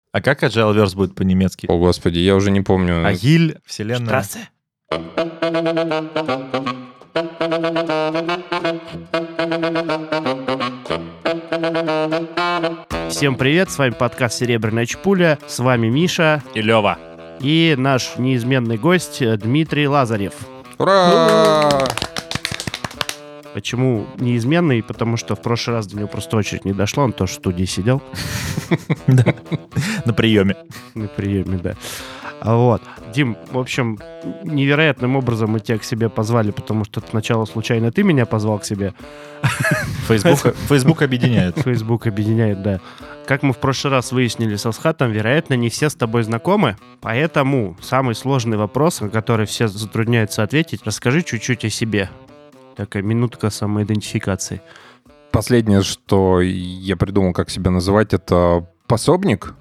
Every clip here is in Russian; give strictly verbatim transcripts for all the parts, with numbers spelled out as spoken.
А как Agileverse будет по-немецки? О, господи, я уже не помню. Агиль, вселенная. Штрассе. Всем привет, с вами подкаст «Серебряная чпуля», с вами Миша И Лёва. и наш неизменный гость Дмитрий Лазарев. Ура! Почему неизменный? Потому что в прошлый раз до него просто очередь не дошла, он тоже в студии сидел. Да. На приеме. На приеме, да. А Вот. Дим, в общем, невероятным образом мы тебя к себе позвали, потому что сначала случайно ты меня позвал к себе. Facebook, Facebook объединяет. Facebook объединяет, да. Как мы в прошлый раз выяснили со Схатом, вероятно, не все с тобой знакомы, поэтому самый сложный вопрос, на который все затрудняются ответить, расскажи чуть-чуть о себе. Такая минутка самоидентификации. Последнее, что я придумал, как себя называть, это пособник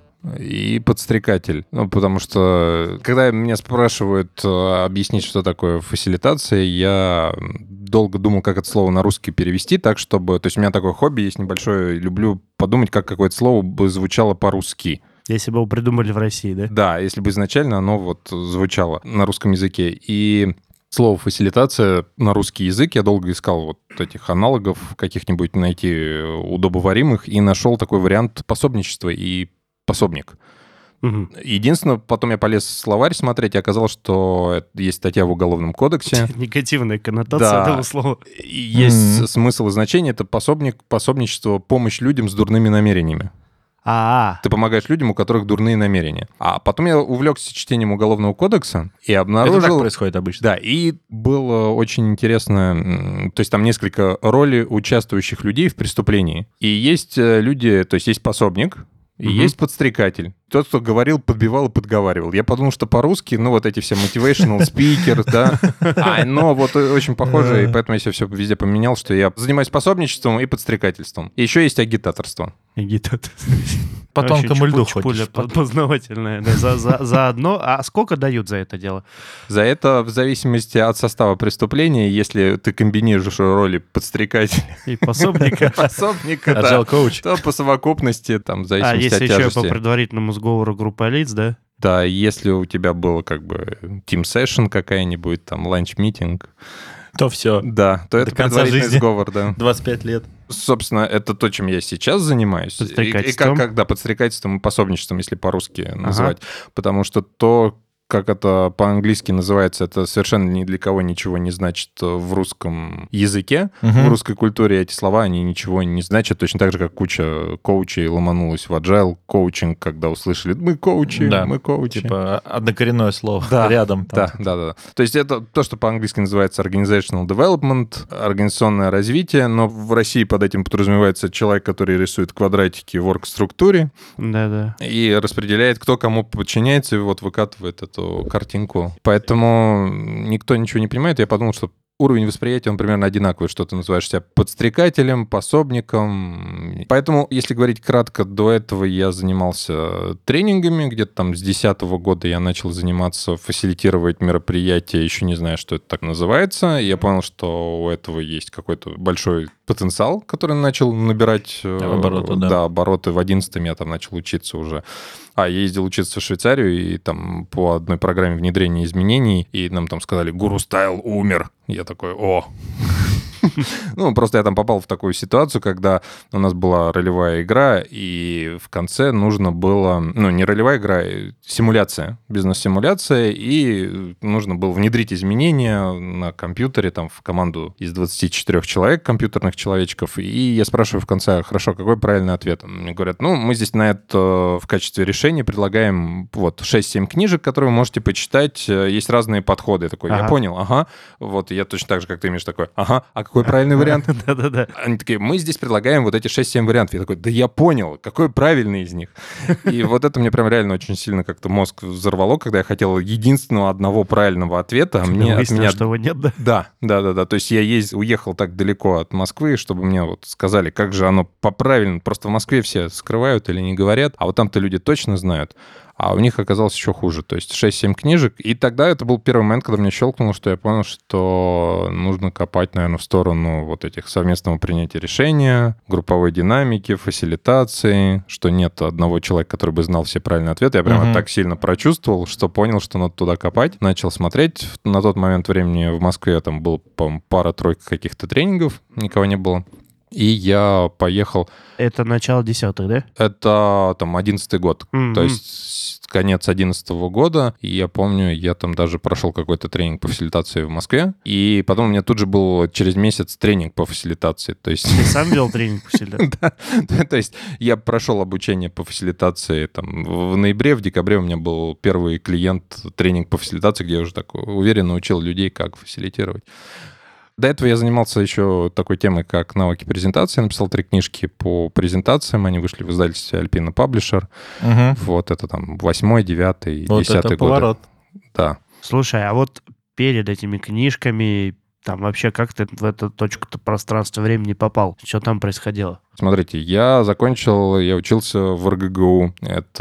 и подстрекатель. Ну, потому что, когда меня спрашивают э, объяснить, что такое фасилитация, я долго думал, как это слово на русский перевести так, чтобы... То есть у меня такое хобби есть небольшое, люблю подумать, как какое-то слово бы звучало по-русски. Если бы его придумали в России, да? Да, если бы изначально оно вот звучало на русском языке. И слово «фасилитация» на русский язык я долго искал вот этих аналогов, каких-нибудь найти удобоваримых, и нашел такой вариант пособничества и пособник. Угу. Единственное, потом я полез в словарь смотреть, и оказалось, что есть статья в Уголовном кодексе. Негативная коннотация Да. этого слова. И есть Мгм. смысл и значение — это пособник, пособничество, помощь людям с дурными намерениями. А, Ты помогаешь людям, у которых дурные намерения. А потом я увлекся чтением Уголовного кодекса и Это обнаружил... так происходит обычно. Да, и было очень интересно, м, то есть там несколько ролей участвующих людей в преступлении. И есть э, люди, то есть есть пособник, и Мгм. есть подстрекатель. Тот, кто говорил, подбивал и подговаривал. Я подумал, что по-русски, ну, вот эти все motivational speakers, да, а, но вот очень похоже, и поэтому я себе все везде поменял, что я занимаюсь пособничеством и подстрекательством. И еще есть агитаторство. агитатор. По Вообще тонкому льду чпу- чпуля ходишь. по- познавательная. Да, за, за, за одно. А сколько дают за это дело? За это в зависимости от состава преступления, если ты комбинируешь роли подстрекателя И пособника. пособника, да, Agile coach. то по совокупности, там, в А зависимости если от еще тяжести. по предварительному сговору группа лиц, да? Да, если у тебя был как бы team session какая-нибудь, там, ланч-митинг, То все. да, то До это конца предварительный жизни. сговор, да. двадцать пять лет. Собственно, это то, чем я сейчас занимаюсь. И, и Подстрекательством. как, когда подстрекательством и пособничеством, если по-русски называть. Потому что то, как это по-английски называется, это совершенно ни для кого ничего не значит в русском языке. Мгм. В русской культуре эти слова, они ничего не значат. Точно так же, как куча коучей ломанулась в agile коучинг, когда услышали «мы коучи, Да. мы коучи». Типа однокоренное слово Да, рядом. там. Да, да, да. То есть это то, что по-английски называется organizational development, организационное развитие, но в России под этим подразумевается человек, который рисует квадратики в орг-структуре Да-да. и распределяет, кто кому подчиняется, и вот выкатывает эту картинку. Поэтому никто ничего не понимает. Я подумал, что уровень восприятия, он примерно одинаковый, что ты называешь себя подстрекателем, пособником. Поэтому, если говорить кратко, до этого я занимался тренингами. Где-то там с десятого года я начал заниматься, фасилитировать мероприятия, еще не знаю, что это так называется. И я понял, что у этого есть какой-то большой потенциал, который начал набирать... э, Обороты, да. Да, обороты. В одиннадцатом я там начал учиться уже. А, я ездил учиться в Швейцарию, и там по одной программе внедрения изменений, и нам там сказали «Гуру Стайл умер». Я такой «О!». Ну, просто я там попал в такую ситуацию, когда у нас была ролевая игра, и в конце нужно было... Ну, не ролевая игра, а симуляция, бизнес-симуляция, и нужно было внедрить изменения на компьютере, там, в команду из двадцати четырёх человек, компьютерных человечков, и я спрашиваю в конце: хорошо, какой правильный ответ? Мне говорят: ну, мы здесь на это в качестве решения предлагаем вот шесть-семь книжек, которые вы можете почитать, есть разные подходы. Я такой: я Ага. понял, ага. Вот, и я точно так же, как ты, Миш, такой: ага, а какой правильный вариант? Да-да-да. Они такие: мы здесь предлагаем вот эти шесть-семь вариантов. Я такой: да я понял, какой правильный из них. И вот это мне прям реально очень сильно как-то мозг взорвало, когда я хотел единственного одного правильного ответа, а мне от Выяснилось, меня... что его нет, да? Да, да, да, да. То есть я езд... уехал так далеко от Москвы, чтобы мне вот сказали, как же оно по-правильному. Просто в Москве все скрывают или не говорят, а вот там-то люди точно знают. А у них оказалось еще хуже, то есть шесть-семь книжек. И тогда это был первый момент, когда мне щелкнуло, что я понял, что нужно копать, наверное, в сторону вот этих совместного принятия решения, групповой динамики, фасилитации, что нет одного человека, который бы знал все правильные ответы. Я прямо Мгм. так сильно прочувствовал, что понял, что надо туда копать. Начал смотреть. На тот момент времени в Москве там был, по-моему, пара-тройка каких-то тренингов, никого не было. И я поехал... Это начало десятых, да? Это там одиннадцатый год. Мгм. То есть конец одиннадцатого года. И я помню, я там даже прошел какой-то тренинг по фасилитации в Москве. И потом у меня тут же был через месяц тренинг по фасилитации. То есть... Ты сам вел тренинг по селе? Да, то есть я прошел обучение по фасилитации там в ноябре, в декабре у меня был первый клиент, тренинг по фасилитации, где я уже так уверенно учил людей, как фасилитировать. До этого я занимался еще такой темой, как навыки презентации. Я написал три книжки по презентациям. Они вышли в издательстве Alpina Publisher. Мгм. Вот это там восьмой, девятый, Вот десятый это годы. поворот. Да. Слушай, а вот перед этими книжками, там вообще как ты в эту точку-то пространства времени попал? Что там происходило? Смотрите, я закончил, я учился в эр гэ гэ у,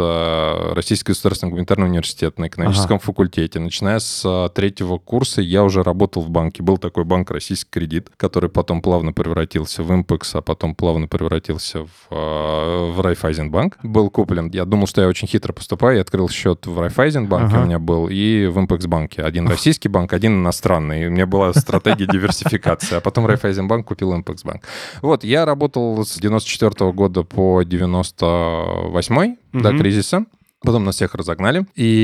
это Российский государственный гуманитарный университет на экономическом Ага. факультете. Начиная с а, третьего курса я уже работал в банке. Был такой банк «Российский кредит», который потом плавно превратился в «Импекс», а потом плавно превратился в, а, в Райфайзенбанк. Был куплен. Я думал, что я очень хитро поступаю. Я открыл счет в Райфайзенбанке, Ага. у меня был, и в Импекс-банке. Один российский банк, один иностранный. И у меня была стратегия диверсификации. А потом Райфайзенбанк купил Импекс-банк. Вот, я работал с девяносто четвёртого года по девяносто восьмой, до Мгм. кризиса. Потом нас всех разогнали.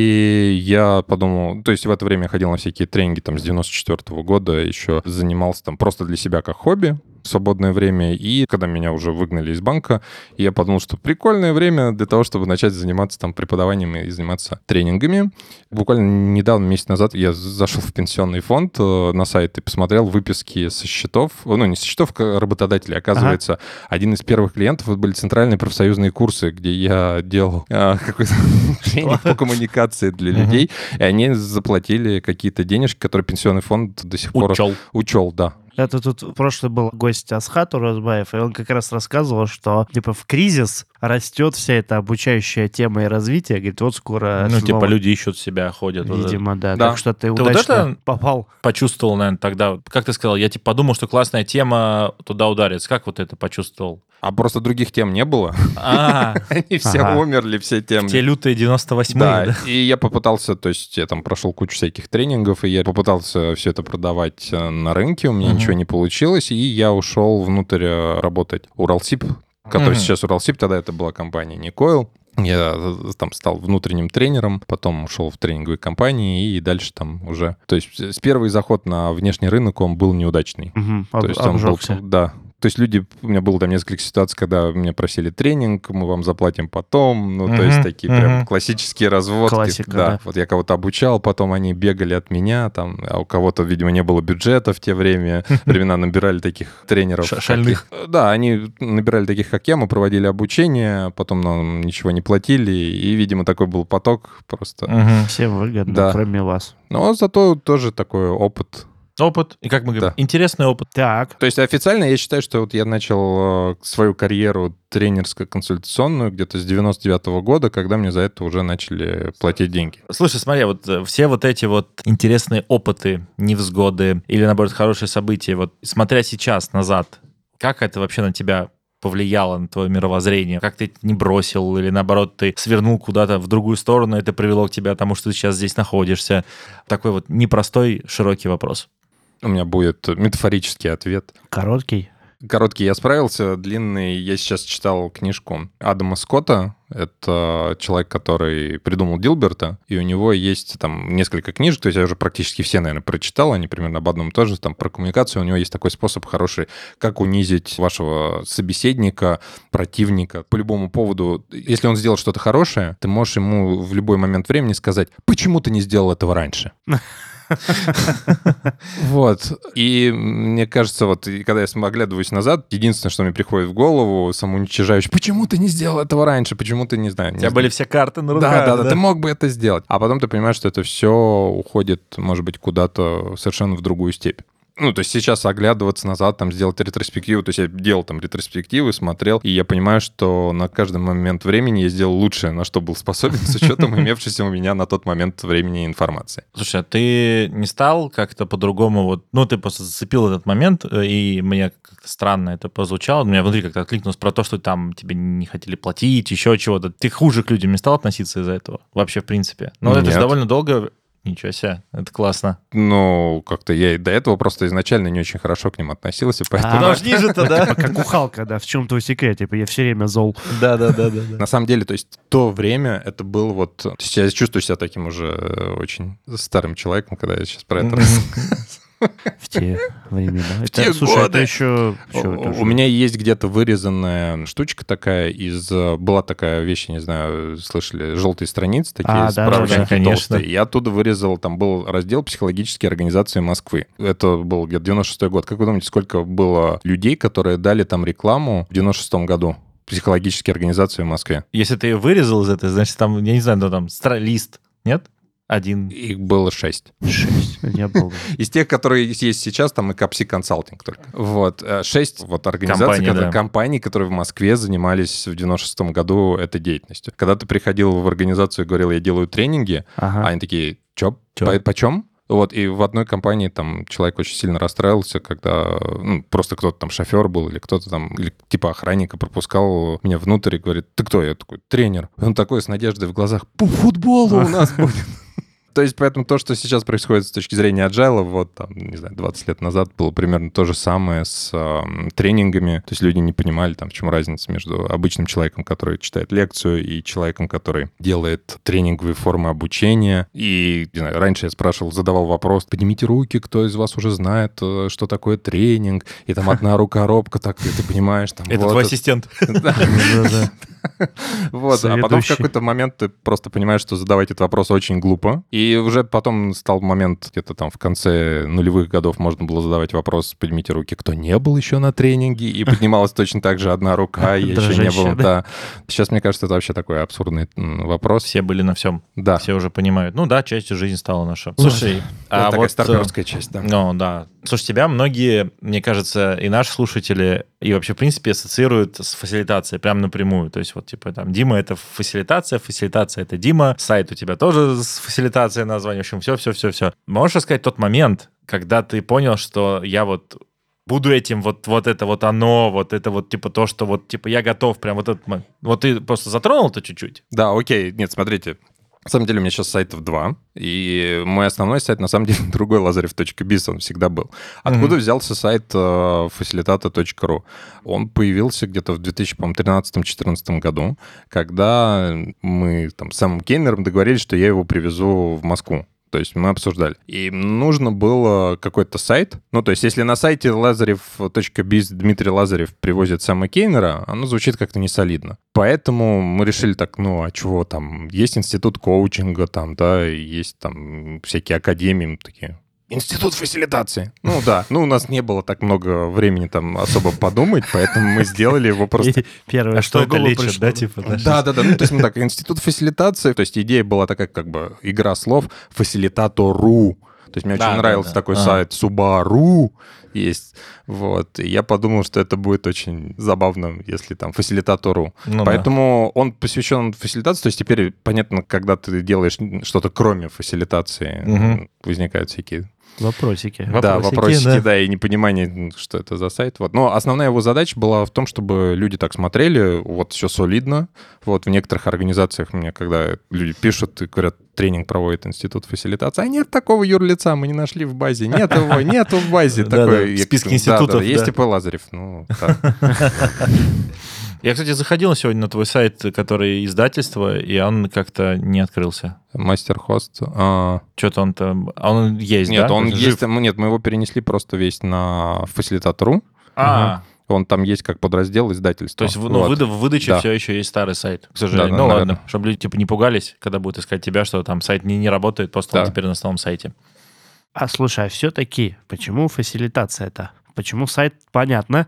И я подумал... То есть в это время я ходил на всякие тренинги там с девяносто четвёртого года, еще занимался там просто для себя как хобби в свободное время. И когда меня уже выгнали из банка, я подумал, что прикольное время для того, чтобы начать заниматься там преподаванием и заниматься тренингами. Буквально недавно, месяц назад, я зашел в пенсионный фонд э, на сайт и посмотрел выписки со счетов, ну, не со счетов а работодателей. Оказывается, один из первых клиентов это были центральные профсоюзные курсы, где я делал э, какой-то тренинг по коммуникации для людей, и они заплатили какие-то денежки, которые пенсионный фонд до сих пор Учел. учел, да. Это тут в прошлый был гость Асхат Уразбаев, и он как раз рассказывал, что типа в кризис растет вся эта обучающая тема и развитие. Говорит, вот скоро... Ну, снова, типа, люди ищут себя, ходят. Вот это. Видимо, да. Да. Так что ты Ты вот удачно это- попал. Почувствовал, наверное, тогда. Как ты сказал, я типа подумал, что классная тема туда ударится. Как вот это почувствовал? А просто других тем не было. А, Они все Ага. умерли, все темы. те лютые девяносто восьмые, Да, да? и я попытался, то есть я там прошел кучу всяких тренингов, и я попытался все это продавать э, на рынке, у меня Мгм. ничего не получилось, и я ушел внутрь э, работать Уралсиб, который Мгм. сейчас Уралсиб, тогда это была компания Никойл. Я э, там стал внутренним тренером, потом ушел в тренинговые компании и дальше там уже... То есть с первый заход на внешний рынок, он был неудачный. Мгм, То об- есть он был... обжегся. Да. То есть люди... У меня было там несколько ситуаций, когда меня просили тренинг, мы вам заплатим потом. Ну, то Мгм, есть такие прям мгм. классические разводки. Классика, да. да. Вот я кого-то обучал, потом они бегали от меня, там, а у кого-то, видимо, не было бюджета в те время, времена набирали таких тренеров. Ша- как шальных. я. Да, они набирали таких, как я, мы проводили обучение, потом нам ничего не платили, и, видимо, такой был поток просто. Мгм. Всем выгодно, Да. кроме вас. Но зато тоже такой опыт. Опыт. И как мы говорим, Да. интересный опыт. Так, То есть официально я считаю, что вот я начал э, свою карьеру тренерско-консультационную где-то с девяносто девятого года, когда мне за это уже начали платить деньги. Слушай, смотри, вот э, все вот эти вот интересные опыты, невзгоды или, наоборот, хорошие события, вот смотря сейчас назад, как это вообще на тебя повлияло, на твое мировоззрение? Как ты это не бросил или, наоборот, ты свернул куда-то в другую сторону, это привело к тебе к тому, что ты сейчас здесь находишься? Такой вот непростой, широкий вопрос. У меня будет метафорический ответ. короткий. Короткий я справился, длинный. Я сейчас читал книжку Адама Скотта. Это человек, который придумал Дилберта, и у него есть там несколько книжек, то есть я уже практически все, наверное, прочитал, они примерно об одном и том же, там про коммуникацию. У него есть такой способ хороший, как унизить вашего собеседника, противника по любому поводу. Если он сделал что-то хорошее, ты можешь ему в любой момент времени сказать: почему ты не сделал этого раньше? Вот. И мне кажется, вот и когда я см- оглядываюсь назад, единственное, что мне приходит в голову, самоуничижающее: почему ты не сделал этого раньше? Почему ты не знаю? У тебя были все карты на руках. Да, да, да, ты мог бы это сделать. А потом ты понимаешь, что это все уходит, может быть, куда-то совершенно в другую степь. Ну, то есть сейчас оглядываться назад, там, сделать ретроспективу, то есть я делал там ретроспективы, смотрел, и я понимаю, что на каждый момент времени я сделал лучшее, на что был способен, с учетом имевшейся у меня на тот момент времени информации. Слушай, а ты не стал как-то по-другому, вот, ну, ты просто зацепил этот момент, и мне как-то странно это прозвучало, у меня внутри как-то откликнулось про то, что там тебе не хотели платить, еще чего-то. Ты хуже к людям не стал относиться из-за этого? Вообще, в принципе. Ну, это же довольно долго... Ничего себе, это классно. Ну, как-то я и до этого просто изначально не очень хорошо к ним относился, поэтому... Ну, аж ниже-то, да? Как у Халка, да, в чем твой секрет? Типа, я все время зол. Да-да-да. На самом деле, то есть то время это был вот... То есть я чувствую себя таким уже очень старым человеком, когда я сейчас про это рассказываю. В те времена. В те Слушай, годы. это еще... У меня есть где-то вырезанная штучка такая из... Была такая вещь, я не знаю, слышали, желтые страницы, такие А, да, справочники да, да, конечно. толстые. Я оттуда вырезал, там был раздел «Психологические организации Москвы». Это был где-то девяносто шестой год. Как вы думаете, сколько было людей, которые дали там рекламу в девяносто шестом году? Психологические организации в Москве. Если ты ее вырезал из этой, значит, там, я не знаю, ну, там, стра- лист, нет? Один. Их было шесть. Шесть. Не было. Из тех, которые есть сейчас, там и Капси консалтинг только. Вот. Шесть вот организаций, Компаний, которые, да. компаний, которые в Москве занимались в девяносто шестом году этой деятельностью. Когда ты приходил в организацию и говорил, я делаю тренинги, Ага. они такие, чё? Чё? По- Почем? Вот, и в одной компании там человек очень сильно расстраивался, когда ну, просто кто-то там шофер был или кто-то там, или типа охранника пропускал меня внутрь и говорит, ты кто? Я такой, тренер. И он такой с надеждой в глазах, по футболу у нас будет. То есть, поэтому то, что сейчас происходит с точки зрения agile, вот там, не знаю, двадцать лет назад было примерно то же самое с э, тренингами. То есть люди не понимали, там, в чем разница между обычным человеком, который читает лекцию, и человеком, который делает тренинговые формы обучения. И, не знаю, раньше я спрашивал, задавал вопрос, поднимите руки, кто из вас уже знает, э, что такое тренинг. И там одна рука робко, так, и ты понимаешь, там... Это вот твой это- ассистент. Да-да. Вот, а потом в Соведущий. какой-то момент ты просто понимаешь, что задавать этот вопрос очень глупо. И уже потом стал момент, где-то там в конце нулевых годов можно было задавать вопрос, поднимите руки, кто не был еще на тренинге, и поднималась точно так же одна рука, я еще не Дрожащая, был. да? Да. Сейчас, мне кажется, это вообще такой абсурдный м, вопрос. Все были на всем. Да, Все уже понимают. Ну да, частью жизни стала наша. Слушай, это а такая вот... старперская часть, да. Ну, да. Слушай, тебя многие, мне кажется, и наши слушатели, и вообще, в принципе, ассоциируют с фасилитацией прям напрямую. То есть вот, типа, там, Дима — это фасилитация, фасилитация — это Дима, сайт у тебя тоже с фасилитацией название, в общем, все-все-все-все. Можешь рассказать тот момент, когда ты понял, что я вот буду этим, вот, вот это вот оно, вот это вот, типа, то, что вот, типа, я готов прям вот этот момент. Вот ты просто затронул это чуть-чуть? Да, окей. Нет, смотрите. На самом деле у меня сейчас сайтов два, и мой основной сайт, на самом деле, другой, лазарев точка биз, он всегда был. Откуда Мгм. взялся сайт э, фасилитата точка ру? Он появился где-то в две тысячи тринадцатом-четырнадцатом году, когда мы там с самым Кейнером договорились, что я его привезу в Москву. То есть мы обсуждали. И нужно было какой-то сайт. Ну, то есть если на сайте лазарев точка биз Дмитрий Лазарев привозит Сэма Кейнера, оно звучит как-то несолидно. Поэтому мы решили так, ну, а чего там? Есть институт коучинга там, да, и есть там всякие академии, мы такие... Институт фасилитации. Ну да, ну у нас не было так много времени там особо подумать, поэтому мы сделали его просто... И Первое, А что в это голову лечит, пришло. да, типа? знаешь? Да, да, да. Ну, то есть мы так, институт фасилитации, то есть идея была такая, как бы, игра слов фасилитатору. То есть мне Да, очень да, нравился да. такой А. сайт Subaru есть. Вот. И я подумал, что это будет очень забавно, если там фасилитатору. Ну да. Поэтому он посвящен фасилитации. То есть теперь понятно, когда ты делаешь что-то кроме фасилитации, Мгм. возникают всякие Вопросики. да, Вопросики, вопросики, да. да. и непонимание, что это за сайт. Вот. Но основная его задача была в том, чтобы люди так смотрели, вот все солидно. Вот в некоторых организациях мне, когда люди пишут и говорят, тренинг проводит институт фасилитации, а нет такого юрлица, мы не нашли в базе, нет его, нету в базе. Да-да, такой. в Я- списке да, институтов, да, Есть да. ИП Лазарев. Ну, так. Я, кстати, заходил сегодня на твой сайт, который издательство, и он как-то не открылся. Мастер-хост. а, Что-то он там... а он есть, Нет, да? он Жив? есть. м, Нет, мы его перенесли просто весь на фасилитатору. А, Он там есть как подраздел издательства. то есть в- ну, Вот. выда- в выдаче Да. все еще есть старый сайт, к сожалению. Да, да, ну наверное. ладно, чтобы люди типа не пугались, когда будут искать тебя, что там сайт не, не работает, просто он Да. теперь на основном сайте. А слушай, а все-таки, почему фасилитация-то? Почему сайт? Понятно.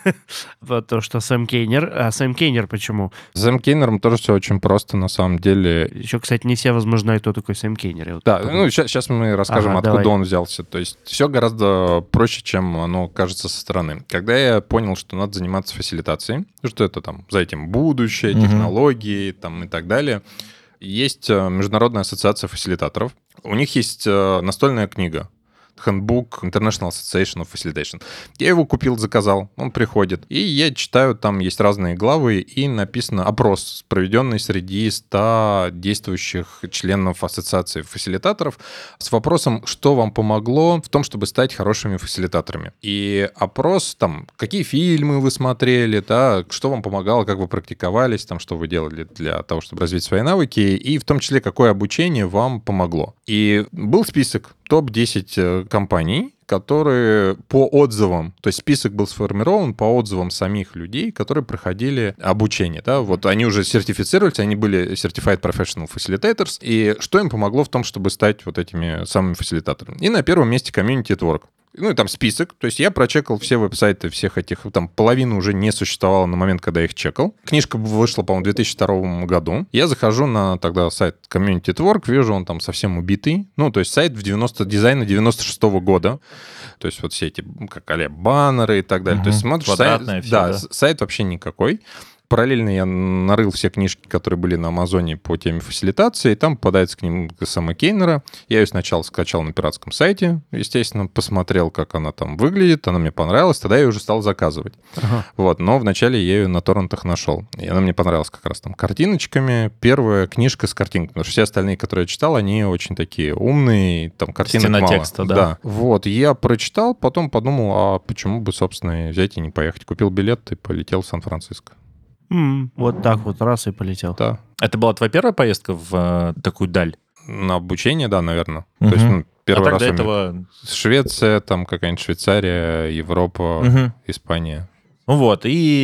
То, что Сэм Кейнер. А Сэм Кейнер почему? С Сэм Кейнером тоже все очень просто, на самом деле. Еще, кстати, не все, возможно, знают, кто такой Сэм Кейнер. Вот да, ну сейчас, сейчас мы расскажем, ага, откуда давай. Он взялся. То есть все гораздо проще, чем оно кажется со стороны. Когда я понял, что надо заниматься фасилитацией, что это там за этим будущее, угу. технологии там, и так далее, есть Международная ассоциация фасилитаторов. У них есть настольная книга Handbook International Association of Facilitation. Я его купил, заказал, он приходит. И я читаю, там есть разные главы, и написано опрос, проведенный среди ста действующих членов ассоциации фасилитаторов с вопросом, что вам помогло в том, чтобы стать хорошими фасилитаторами. И опрос, там, какие фильмы вы смотрели, да, что вам помогало, как вы практиковались, там, что вы делали для того, чтобы развить свои навыки, и в том числе, какое обучение вам помогло. И был список топ десять компаний, которые по отзывам, то есть список был сформирован по отзывам самих людей, которые проходили обучение. Да? Вот они уже сертифицировались, они были Certified Professional Facilitators, и что им помогло в том, чтобы стать вот этими самыми фасилитаторами. И на первом месте Community at Work. Ну, и там список. То есть я прочекал все веб-сайты всех этих, там половина уже не существовало на момент, когда я их чекал. Книжка вышла, по-моему, в две тысячи втором году. Я захожу на тогда сайт Community at Work, вижу, он там совсем убитый. Ну, то есть сайт в девяносто дизайна девяносто шестого года. То есть вот все эти, как а-ля, баннеры и так далее. Угу. То есть смотришь, сайт, все, да, да, сайт вообще никакой. Параллельно я нарыл все книжки, которые были на Амазоне по теме фасилитации, и там попадается к ним Сэма Кейнера. Я ее сначала скачал на пиратском сайте, естественно, посмотрел, как она там выглядит, она мне понравилась, тогда я ее уже стал заказывать. Ага. Вот, но вначале я ее на торрентах нашел, и она мне понравилась как раз там картиночками. Первая книжка с картинками, потому что все остальные, которые я читал, они очень такие умные, там картинок Стена мало. Текста, да. да. Вот, я прочитал, потом подумал, а почему бы, собственно, взять и не поехать. Купил билет и полетел в Сан-Франциско. Mm, вот так вот, раз и полетел. Да. Это была твоя первая поездка в э, такую даль? На обучение, да, наверное. Uh-huh. То есть, ну, первый а раз... этого... Швеция, там какая-нибудь Швейцария, Европа, uh-huh. Испания. Ну вот,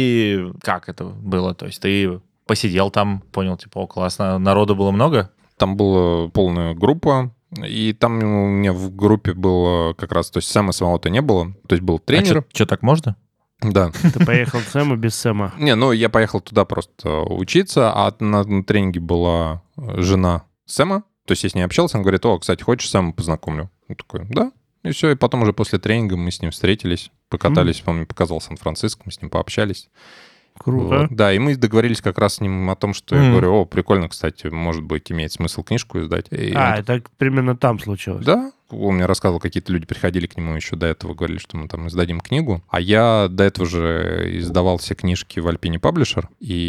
и как это было? То есть ты посидел там, понял, типа, о, классно, народу было много? Там была полная группа, и там у меня в группе было как раз... То есть Сэма самого-то не было, то есть был тренер. А что, так можно? Да. Ты поехал к Сэму без Сэма? Не, ну я поехал туда просто учиться, а на, на тренинге была жена Сэма. То есть я с ней общался, он говорит, о, кстати, хочешь, Сэма познакомлю? Я такой, да. И все, и потом уже после тренинга мы с ним встретились, покатались, mm. он мне показал Сан-Франциско, мы с ним пообщались. Круто. Вот. Да, и мы договорились как раз с ним о том, что mm. я говорю, о, прикольно, кстати, может быть, имеет смысл книжку издать. И а, он... это примерно там случилось? Да. Он мне рассказывал, какие-то люди приходили к нему еще до этого, говорили, что мы там издадим книгу. А я до этого же издавал все книжки в Alpine Publisher.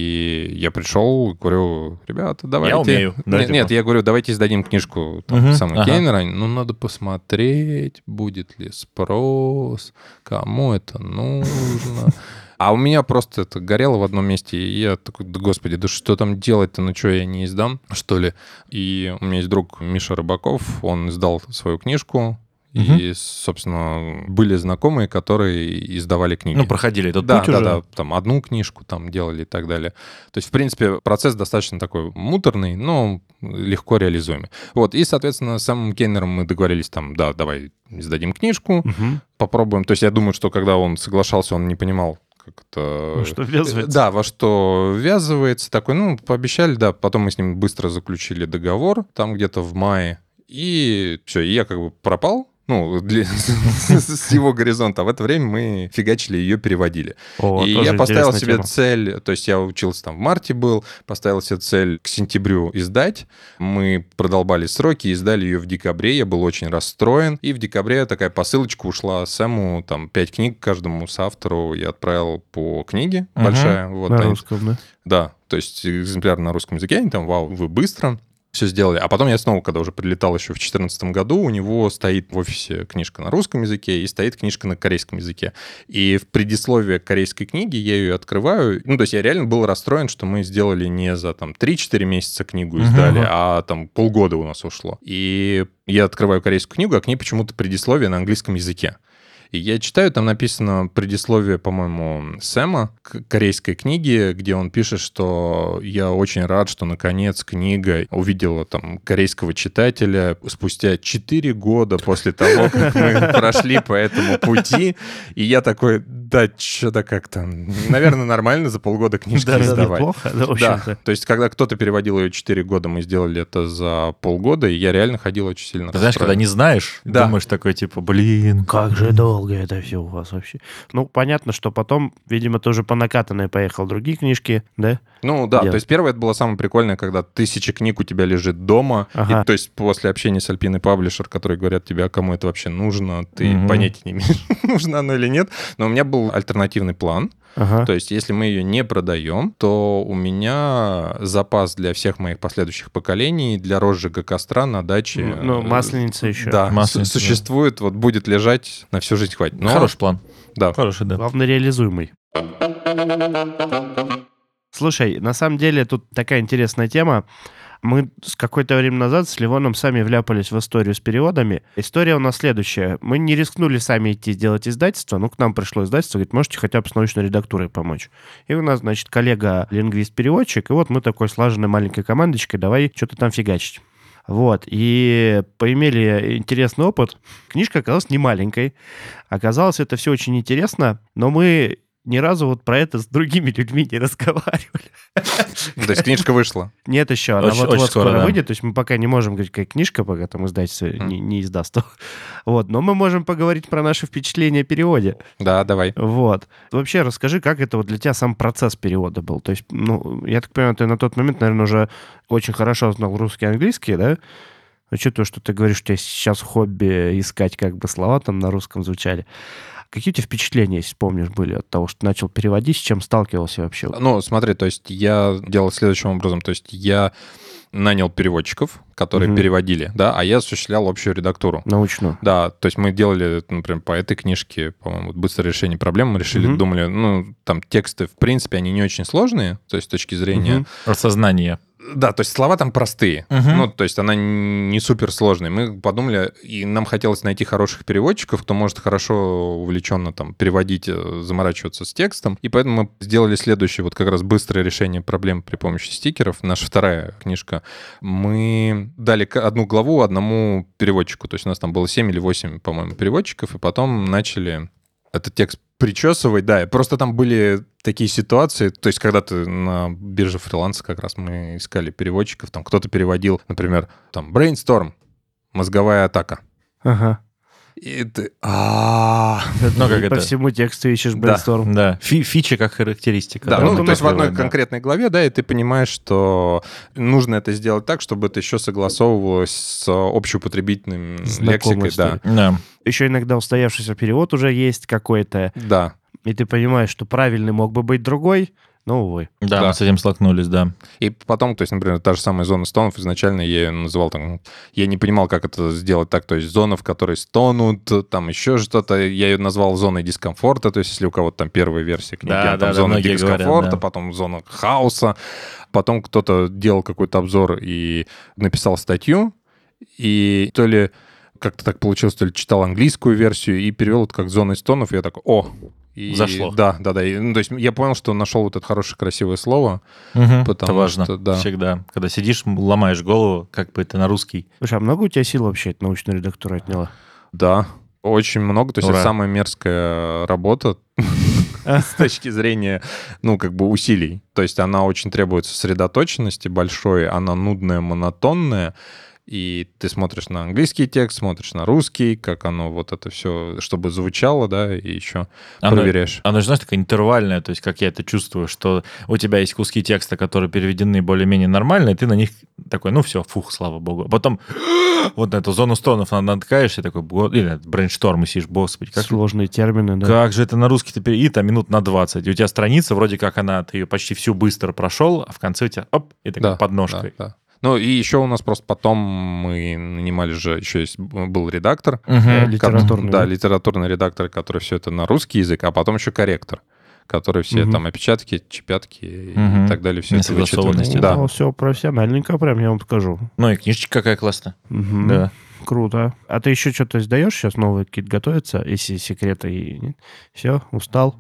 И я пришел, говорю, ребята, давайте... Я умею. Да, нет, типа. нет, я говорю, давайте издадим книжку там, угу. самого ага. Кейнера. Ну, надо посмотреть, будет ли спрос, кому это нужно. А у меня просто это горело в одном месте, и я такой, да господи, да что там делать-то, ну что, я не издам, что ли? И у меня есть друг Миша Рыбаков, он издал свою книжку, угу. и, собственно, были знакомые, которые издавали книги. Ну, проходили этот да, путь да, уже? Да, там одну книжку там делали и так далее. То есть, в принципе, процесс достаточно такой муторный, но легко реализуемый. Вот, и, соответственно, с самым Кейнером мы договорились там, да, давай издадим книжку, угу. попробуем. То есть я думаю, что когда он соглашался, он не понимал, как это... Во что ввязывается. Да, во что ввязывается. Такой, ну, пообещали, да. Потом мы с ним быстро заключили договор, там где-то в мае. И все, и я как бы пропал. Ну, для, с его горизонта. А в это время мы фигачили ее, переводили. О, и я поставил себе тема. цель, то есть я учился там в марте был, поставил себе цель к сентябрю издать. Мы продолбали сроки, издали ее в декабре. Я был очень расстроен. И в декабре такая посылочка ушла Сэму, там, пять книг каждому соавтору я отправил по книге uh-huh. большая. Вот, на они, русском, да? Да, то есть экземпляр на русском языке, они там, вау, вы быстро все сделали. А потом я снова, когда уже прилетал еще в две тысячи четырнадцатом году, у него стоит в офисе книжка на русском языке и стоит книжка на корейском языке. И в предисловии корейской книги я ее открываю. Ну, то есть я реально был расстроен, что мы сделали не за там три-четыре месяца книгу издали, uh-huh. а там полгода у нас ушло. И я открываю корейскую книгу, а к ней почему-то предисловие на английском языке. И я читаю, там написано предисловие, по-моему, Сэма к корейской книге, где он пишет, что я очень рад, что наконец книга увидела там корейского читателя спустя четыре года после того, как мы прошли по этому пути. И я такой, да, что-то как-то, наверное, нормально за полгода книжки издавать. Неплохо, да, в Да, общем-то. то есть когда кто-то переводил ее четыре года, мы сделали это за полгода, и я реально ходил очень сильно Ты знаешь, когда расстроен. не знаешь, Да. думаешь такой, типа, блин. Как же долго это все у вас вообще. Ну, понятно, что потом, видимо, тоже по накатанной поехал другие книжки, да? Ну да, делать. то есть первое это было самое прикольное, когда тысяча книг у тебя лежит дома, Ага. и, то есть после общения с Альпиной Паблишер, которые говорят тебе, а кому это вообще нужно, ты Мгм. понятия не имеешь, нужно оно или нет. Но у меня был альтернативный план. Ага. То есть если мы ее не продаем, то у меня запас для всех моих последующих поколений, для розжига костра на даче. Ну, э, масленица еще. Да, Масленица, су- существует, вот будет лежать, на всю жизнь хватит. Но- Хороший план. Да. Хороший, да. Главное, реализуемый. Слушай, на самом деле тут такая интересная тема. Мы с какое-то время назад с Ливоном сами вляпались в историю с переводами. История у нас следующая. Мы не рискнули сами идти сделать издательство, ну, к нам пришло издательство, говорит, можете хотя бы с научной редактурой помочь. И у нас, значит, коллега лингвист-переводчик, и вот мы такой слаженной маленькой командочкой, давай что-то там фигачить. Вот, и поимели интересный опыт. Книжка оказалась не маленькой. Оказалось, это все очень интересно, но мы ни разу вот про это с другими людьми не разговаривали. То есть книжка вышла. Нет еще, она Очень- вот-вот очень скоро скоро, да. выйдет, то есть мы пока не можем говорить, какая книжка, пока там издательство не, не издаст. Вот, но мы можем поговорить про наши впечатления о переводе. Да, давай. Вот. Вообще расскажи, как это вот для тебя сам процесс перевода был? То есть, ну, я так понимаю, ты на тот момент, наверное, уже очень хорошо знал русский и английский, да? Учитывая, что ты говоришь, у тебя сейчас хобби искать как бы слова там на русском звучали. Какие у тебя впечатления, если помнишь, были от того, что начал переводить, с чем сталкивался вообще? Ну, смотри, то есть я делал следующим образом. То есть я нанял переводчиков, которые Мгм. переводили, да, а я осуществлял общую редактуру. Научно. Да, то есть мы делали, например, по этой книжке, по-моему, вот «Быстрое решение проблем». Мы решили, Мгм. думали, ну, там тексты, в принципе, они не очень сложные, то есть с точки зрения... Мгм. Осознание. Да, то есть слова там простые. Мгм. Ну, то есть она не супер сложная. Мы подумали, и нам хотелось найти хороших переводчиков, кто может хорошо, увлеченно там переводить, э, заморачиваться с текстом. И поэтому мы сделали следующее, вот как раз быстрое решение проблем при помощи стикеров. Наша вторая книжка. Мы дали к- одну главу одному переводчику. То есть у нас там было семь или восемь, по-моему, переводчиков, и потом начали этот текст причесывать, да, и просто там были такие ситуации, то есть когда ты на бирже фриланса как раз мы искали переводчиков, там кто-то переводил, например, там brainstorm, мозговая атака. Ага. И ты... а Ну, как И по это? всему тексту ищешь Да. брейнсторм. Да, Фи- фича как характеристика. Да, Да, ну, вот то есть в одной да. конкретной главе, да, и ты понимаешь, что нужно это сделать так, чтобы это еще согласовывалось с общеупотребительным лексикой, да. Знакомостью. Да. Еще иногда устоявшийся перевод уже есть какой-то, Да. и ты понимаешь, что правильный мог бы быть другой, но, увы. Да, Да. мы с этим столкнулись, да. И потом, то есть, например, та же самая зона стонов, изначально я ее называл там, я не понимал, как это сделать так, то есть зона, в которой стонут, там еще что-то, я ее назвал зоной дискомфорта, то есть если у кого-то там первая версия книги, Да, там да, да, зона многие дискомфорта, говорят, да. потом зона хаоса, потом кто-то делал какой-то обзор и написал статью, и то ли как-то так получилось, то ли читал английскую версию и перевел это как зоной стонов, и я такой, о, и, Зашло. Да, да, да. И, ну, то есть я понял, что нашел вот это хорошее, красивое слово. Мгм. Потому это важно. что, да. Всегда. Когда сидишь, ломаешь голову, как бы это на русский. Слушай, а много у тебя сил вообще эта научная редактура отняла? Да, очень много. То есть Ура. это самая мерзкая работа с точки зрения, ну, как бы усилий. То есть она очень требует сосредоточенности большой, она нудная, монотонная. И ты смотришь на английский текст, смотришь на русский, как оно вот это все, чтобы звучало, да, и еще Оно- проверяешь. Оно же, знаешь, такая интервальная, то есть как я это чувствую, что у тебя есть куски текста, которые переведены более-менее нормально, и ты на них такой, ну все, фух, слава богу. А потом вот на эту зону стонов натыкаешься, такой, «Го-» или брейншторм, и сидишь, господи, как, Сложные термины, да. как же это на русский теперь? И там минут на двадцать. И у тебя страница, вроде как она, ты ее почти всю быстро прошел, а в конце у тебя, оп, и такой Да, подножкой. да, да. Ну, и еще у нас просто потом мы нанимали же, еще есть, был редактор. Мгм. Э, Как- литературный, Да, да? литературный редактор, который все это на русский язык, а потом еще корректор, который все Мгм. там опечатки, чепятки Мгм. и так далее, все это Несогласованности, вычитывает. Да. Ну, все профессиональненько, прям я вам скажу. Ну и книжечка какая классная. Мгм. Да. Круто. А ты еще что-то издаешь сейчас? Новые какие-то готовятся? Если секреты и... Нет? Все, устал?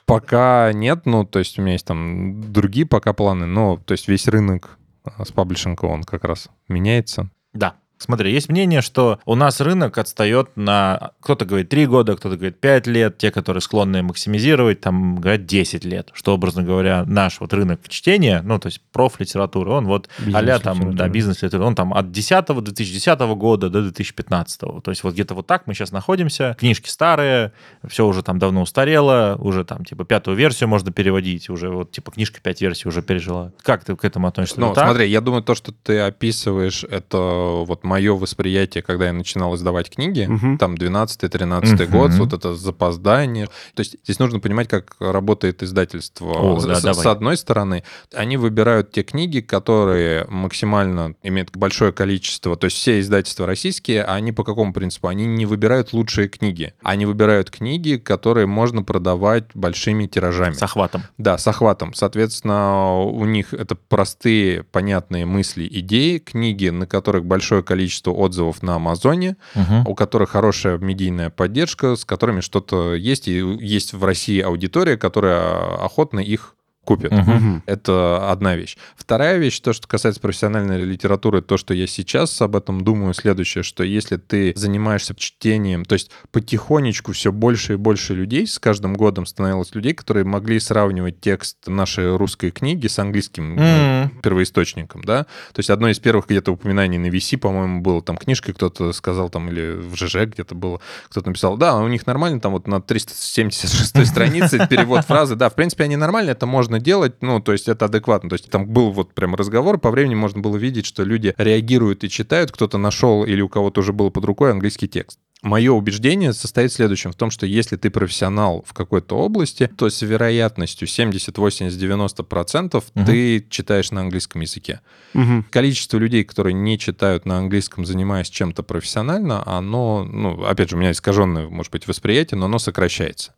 Пока нет, ну, то есть у меня есть там другие пока планы, но, то есть весь рынок с паблишинга, он как раз меняется. Да. Смотри, есть мнение, что у нас рынок отстает на... Кто-то говорит три года, кто-то говорит пять лет. Те, которые склонны максимизировать, там говорят десять лет. Что, образно говоря, наш вот рынок чтения, ну, то есть профлитературы, он вот а-ля там, да, бизнес-литература, он там от десятого, две тысячи десятого года до две тысячи пятнадцатого. То есть вот где-то вот так мы сейчас находимся. Книжки старые, все уже там давно устарело, уже там типа пятую версию можно переводить, уже вот типа книжка пять версий уже пережила. Как ты к этому относишься? Ну, вот смотри, я думаю, то, что ты описываешь, это вот мое восприятие, когда я начинал издавать книги, uh-huh. там двенадцатый-тринадцатый uh-huh. год, вот это запоздание. То есть здесь нужно понимать, как работает издательство. О, с, да, с, с одной стороны, они выбирают те книги, которые максимально имеют большое количество, то есть все издательства российские, они по какому принципу? Они не выбирают лучшие книги. Они выбирают книги, которые можно продавать большими тиражами. С охватом. Да, с охватом. Соответственно, у них это простые, понятные мысли, идеи, книги, на которых большое количество отзывов на Амазоне, угу. у которых хорошая медийная поддержка, с которыми что-то есть, и есть в России аудитория, которая охотно их купит. Uh-huh. Это одна вещь. Вторая вещь, то, что касается профессиональной литературы, то, что я сейчас об этом думаю, следующее, что если ты занимаешься чтением, то есть потихонечку все больше и больше людей, с каждым годом становилось людей, которые могли сравнивать текст нашей русской книги с английским uh-huh. ну, первоисточником, да? То есть одно из первых где-то упоминаний на ви си, по-моему, было там книжка, кто-то сказал там, или в ЖЖ где-то было, кто-то написал, да, у них нормально, там вот на триста семьдесят шестой странице перевод фразы, да, в принципе, они нормальные, это можно делать, ну, то есть это адекватно. То есть там был вот прям разговор, по времени можно было видеть, что люди реагируют и читают, кто-то нашел или у кого-то уже был под рукой английский текст. Мое убеждение состоит в следующем, в том, что если ты профессионал в какой-то области, то с вероятностью семьдесят, восемьдесят, девяносто процентов угу. ты читаешь на английском языке. Угу. Количество людей, которые не читают на английском, занимаясь чем-то профессионально, оно, ну, опять же, у меня искаженное, может быть, восприятие, но оно сокращается.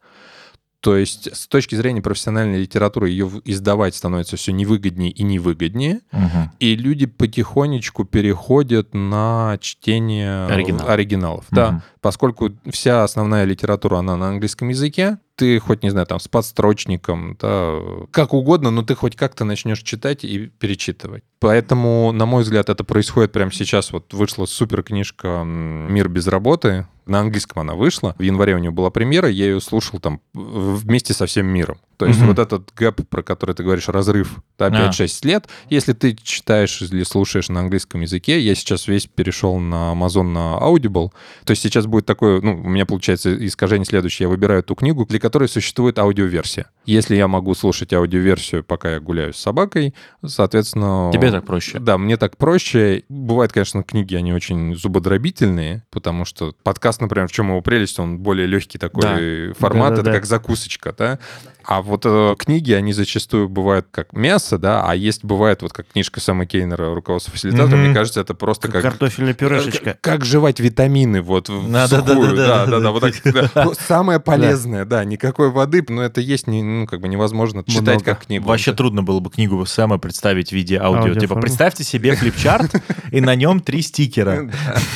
То есть с точки зрения профессиональной литературы ее издавать становится все невыгоднее и невыгоднее, угу. и люди потихонечку переходят на чтение Оригинал. оригиналов. Угу. Да, поскольку вся основная литература, она на английском языке, ты хоть, не знаю, там, с подстрочником, да, как угодно, но ты хоть как-то начнешь читать и перечитывать. Поэтому, на мой взгляд, это происходит прямо сейчас. Вот вышла супер книжка «Мир без работы». На английском она вышла. В январе у нее была премьера, я ее слушал там вместе со всем миром. То есть mm-hmm. вот этот гэп, про который ты говоришь, разрыв, да, пять-шесть лет, если ты читаешь или слушаешь на английском языке, я сейчас весь перешел на Amazon, на Audible, то есть сейчас будет такое, ну, у меня получается искажение следующее, я выбираю ту книгу, для которой существует аудиоверсия. Если я могу слушать аудиоверсию, пока я гуляю с собакой, соответственно... Тебе так проще. Да, мне так проще. Бывают, конечно, книги, они очень зубодробительные, потому что подкаст, например, в чем его прелесть, он более легкий такой да. формат, да, да, это да. как закусочка, да? А вот э, книги, они зачастую бывают как мясо, да, а есть бывает вот как книжка Сэма Кейнера «Руководство фасилитатора», mm-hmm. мне кажется, это просто как... Как картофельная пюрешечка. Как, как жевать витамины вот в да, сухую. Да-да-да, вот так. Да. Самое полезное, да, никакой воды, но это есть, ну, как бы невозможно читать как книгу. Вообще трудно было бы книгу Сэма представить в виде аудио. Типа, представьте себе флипчарт, и на нем три стикера.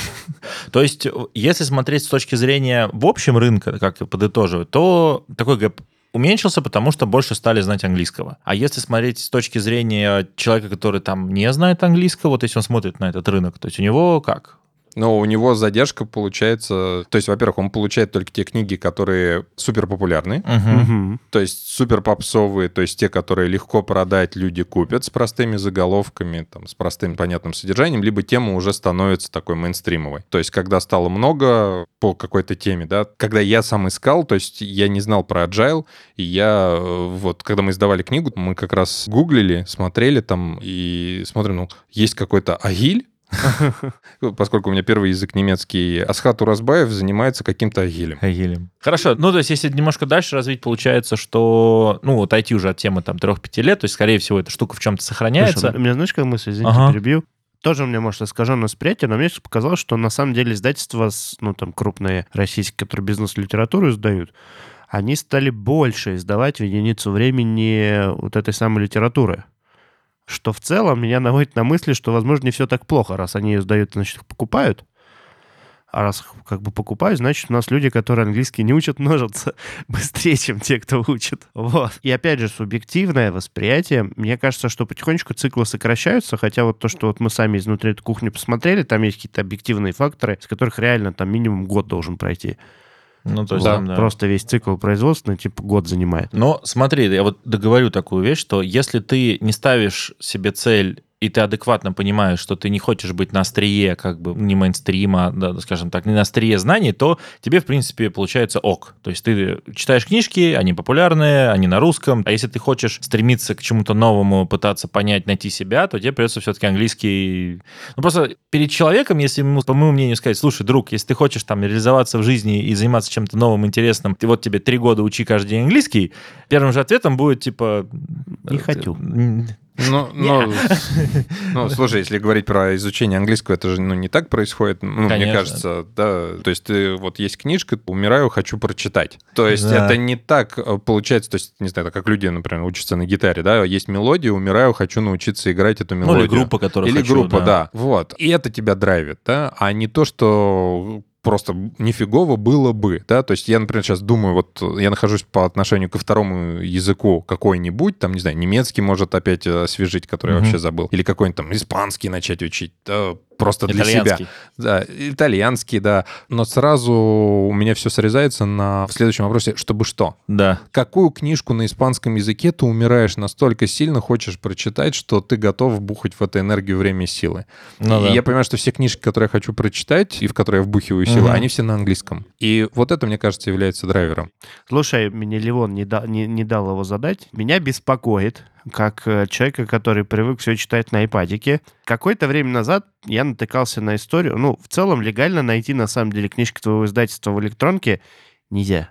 То есть, если смотреть с точки зрения в общем рынка, как подытоживать, то такой гэп уменьшился, потому что больше стали знать английского. А если смотреть с точки зрения человека, который там не знает английского, вот если он смотрит на этот рынок, то есть у него как? Но у него задержка получается... То есть, во-первых, он получает только те книги, которые супер популярны, uh-huh. Uh-huh. то есть супер попсовые, то есть те, которые легко продать, люди купят с простыми заголовками, там, с простым понятным содержанием, либо тема уже становится такой мейнстримовой. То есть когда стало много по какой-то теме, да, когда я сам искал, то есть я не знал про Agile, и я вот, когда мы издавали книгу, мы как раз гуглили, смотрели там и смотрим, ну, есть какой-то Агиль, поскольку у меня первый язык немецкий, Асхат Уразбаев занимается каким-то агилем. Агилем. Хорошо. Ну, то есть, если немножко дальше развить, получается, что, ну, вот ай ти уже от темы там трех-пяти лет, то есть, скорее всего, эта штука в чем-то сохраняется. Слушай, у меня, знаешь, как мысль, извините, ага. перебью. Тоже у меня, может, искаженное восприятие, но мне показалось, что на самом деле издательства, ну, там, крупные российские, которые бизнес-литературу издают, они стали больше издавать в единицу времени вот этой самой литературы. Что в целом меня наводит на мысли, что, возможно, не все так плохо, раз они ее сдают, значит, их покупают. А раз как бы покупаю, значит, у нас люди, которые английский не учат, множатся быстрее, чем те, кто учит. Вот. И опять же, субъективное восприятие. Мне кажется, что потихонечку циклы сокращаются, хотя вот то, что вот мы сами изнутри эту кухню посмотрели, там есть какие-то объективные факторы, с которых реально там минимум год должен пройти. Ну, то есть Вот. там, да. Просто весь цикл производственный, типа, год занимает. Но смотри, я вот договорю такую вещь, что если ты не ставишь себе цель, и ты адекватно понимаешь, что ты не хочешь быть на острие, как бы, не мейнстрима, да, скажем так, не на острие знаний, то тебе, в принципе, получается ок. То есть ты читаешь книжки, они популярные, они на русском. А если ты хочешь стремиться к чему-то новому, пытаться понять, найти себя, то тебе придется все-таки английский... Ну, просто перед человеком, если ему, по моему мнению, сказать, слушай, друг, если ты хочешь там реализоваться в жизни и заниматься чем-то новым, интересным, ты вот тебе три года учи каждый день английский, первым же ответом будет, типа... Не хочу. Ну, ну, ну, слушай, если говорить про изучение английского, это же ну, не так происходит, ну, мне кажется, да. То есть ты, вот есть книжка, умираю, хочу прочитать. То есть Да. это не так получается, то есть, не знаю, как люди, например, учатся на гитаре, да, есть мелодия, умираю, хочу научиться играть эту мелодию. Ну, или группа, которую Или хочу, группа, да. да. Вот. И это тебя драйвит, да, а не то, что... просто нифигово было бы, да, то есть я, например, сейчас думаю, вот я нахожусь по отношению ко второму языку какой-нибудь, там, не знаю, немецкий может опять освежить, который я Мгм. вообще забыл, или какой-нибудь там испанский начать учить, да, просто для себя. Итальянский. Да, итальянский, да, но сразу у меня все срезается на в следующем вопросе, чтобы что? Да. Какую книжку на испанском языке ты умираешь настолько сильно, хочешь прочитать, что ты готов бухать в эту энергию, время и силы? Ну, и да. я понимаю, что все книжки, которые я хочу прочитать, и в которые я вбухиваю силы, Мгм. они все на английском. И вот это, мне кажется, является драйвером. Слушай, мне Левон не, да- не, не дал его задать. Меня беспокоит, как э, человека, который привык все читать на айпадике. Какое-то время назад я натыкался на историю. Ну, в целом легально найти, на самом деле, книжки твоего издательства в электронке нельзя.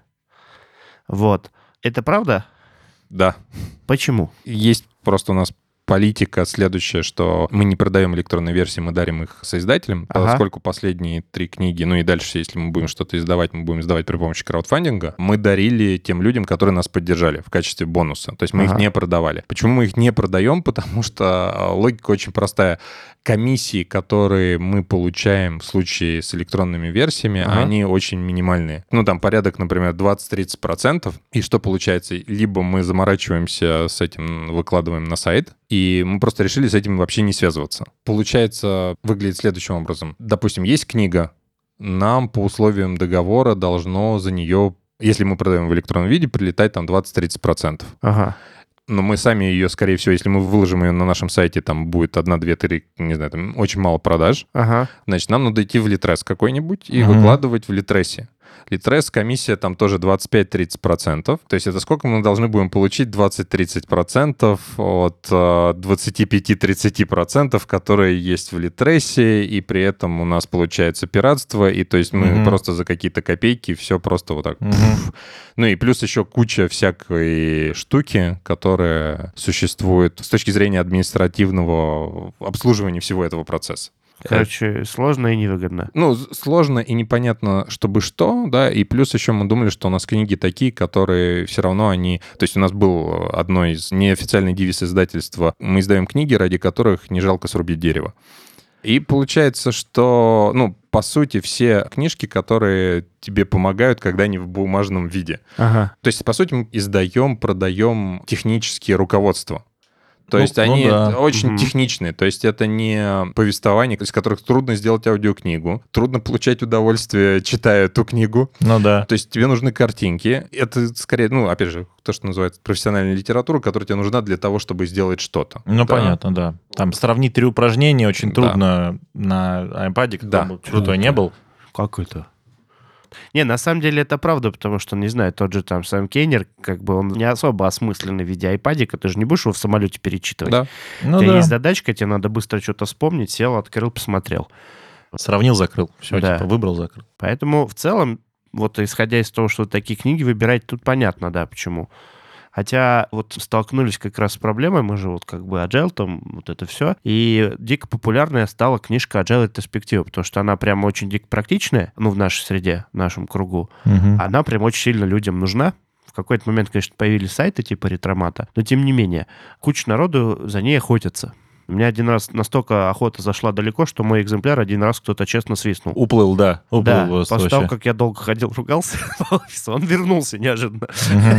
Вот. Это правда? Да. Почему? Есть просто у нас политика следующая, что мы не продаем электронные версии, мы дарим их соиздателям, Ага. поскольку последние три книги, ну и дальше, если мы будем что-то издавать, мы будем издавать при помощи краудфандинга, мы дарили тем людям, которые нас поддержали в качестве бонуса. То есть мы Ага. их не продавали. Почему мы их не продаем? Потому что а, логика очень простая. Комиссии, которые мы получаем в случае с электронными версиями, Ага. они очень минимальные. Ну, там порядок, например, двадцать-тридцать процентов. И что получается? Либо мы заморачиваемся с этим, выкладываем на сайт, и мы просто решили с этим вообще не связываться. Получается, выглядит следующим образом. Допустим, есть книга, нам по условиям договора должно за нее, если мы продаем в электронном виде, прилетать там двадцать-тридцать процентов. Ага. Но мы сами ее, скорее всего, если мы выложим ее на нашем сайте, там будет одна, две, три, не знаю, там очень мало продаж. Ага. Значит, нам надо идти в Литрес какой-нибудь и Мгм. выкладывать в Литресе. Литрес, комиссия там тоже двадцать пять - тридцать процентов. То есть это сколько мы должны будем получить? двадцать-тридцать процентов от э, двадцать пять - тридцать процентов, которые есть в Литресе, и при этом у нас получается пиратство, и то есть мы Мгм. просто за какие-то копейки все просто вот так... Мгм. пф. Ну и плюс еще куча всякой штуки, которые существуют с точки зрения административного обслуживания всего этого процесса. Короче, сложно и невыгодно. Ну, з- сложно и непонятно, чтобы что, да, и плюс еще мы думали, что у нас книги такие, которые все равно они... То есть у нас был одно из неофициальных девиз издательства. Мы издаем книги, ради которых не жалко срубить дерево. И получается, что, ну, по сути, все книжки, которые тебе помогают, когда они в бумажном виде. Ага. То есть, по сути, мы издаем, продаем технические руководства. То Ну, есть ну они да. очень Мгм. техничные. То есть это не повествование, из которых трудно сделать аудиокнигу, трудно получать удовольствие, читая эту книгу. Ну да. То есть тебе нужны картинки. Это скорее, ну, опять же, то, что называется профессиональная литература, которая тебе нужна для того, чтобы сделать что-то. Ну, Да. понятно, да. Там сравнить три упражнения очень Да. трудно на iPad, Да. какой бы крутой не был. Как это? Не, на самом деле это правда, потому что, не знаю, тот же там Сэм Кейнер, как бы он не особо осмысленный в виде айпадика, ты же не будешь его в самолете перечитывать. Да. Ну У тебя да. есть задачка, тебе надо быстро что-то вспомнить, сел, открыл, посмотрел. Сравнил, закрыл. Все, Да. типа, выбрал, закрыл. Поэтому в целом, вот исходя из того, что вы такие книги выбираете, тут понятно, да, почему. Хотя вот столкнулись как раз с проблемой, мы же вот как бы Agile, там вот это все, и дико популярная стала книжка Agile и перспектива, потому что она прямо очень дико практичная, ну, в нашей среде, в нашем кругу. Мгм. Она прям очень сильно людям нужна. В какой-то момент, конечно, появились сайты типа Ретромата, но тем не менее, куча народу за ней охотятся. У меня один раз настолько охота зашла далеко, что мой экземпляр один раз кто-то честно свистнул. Уплыл, да. Уплыл Да, просто после того, вообще. как я долго ходил, ругался по офису, он вернулся неожиданно. Мгм.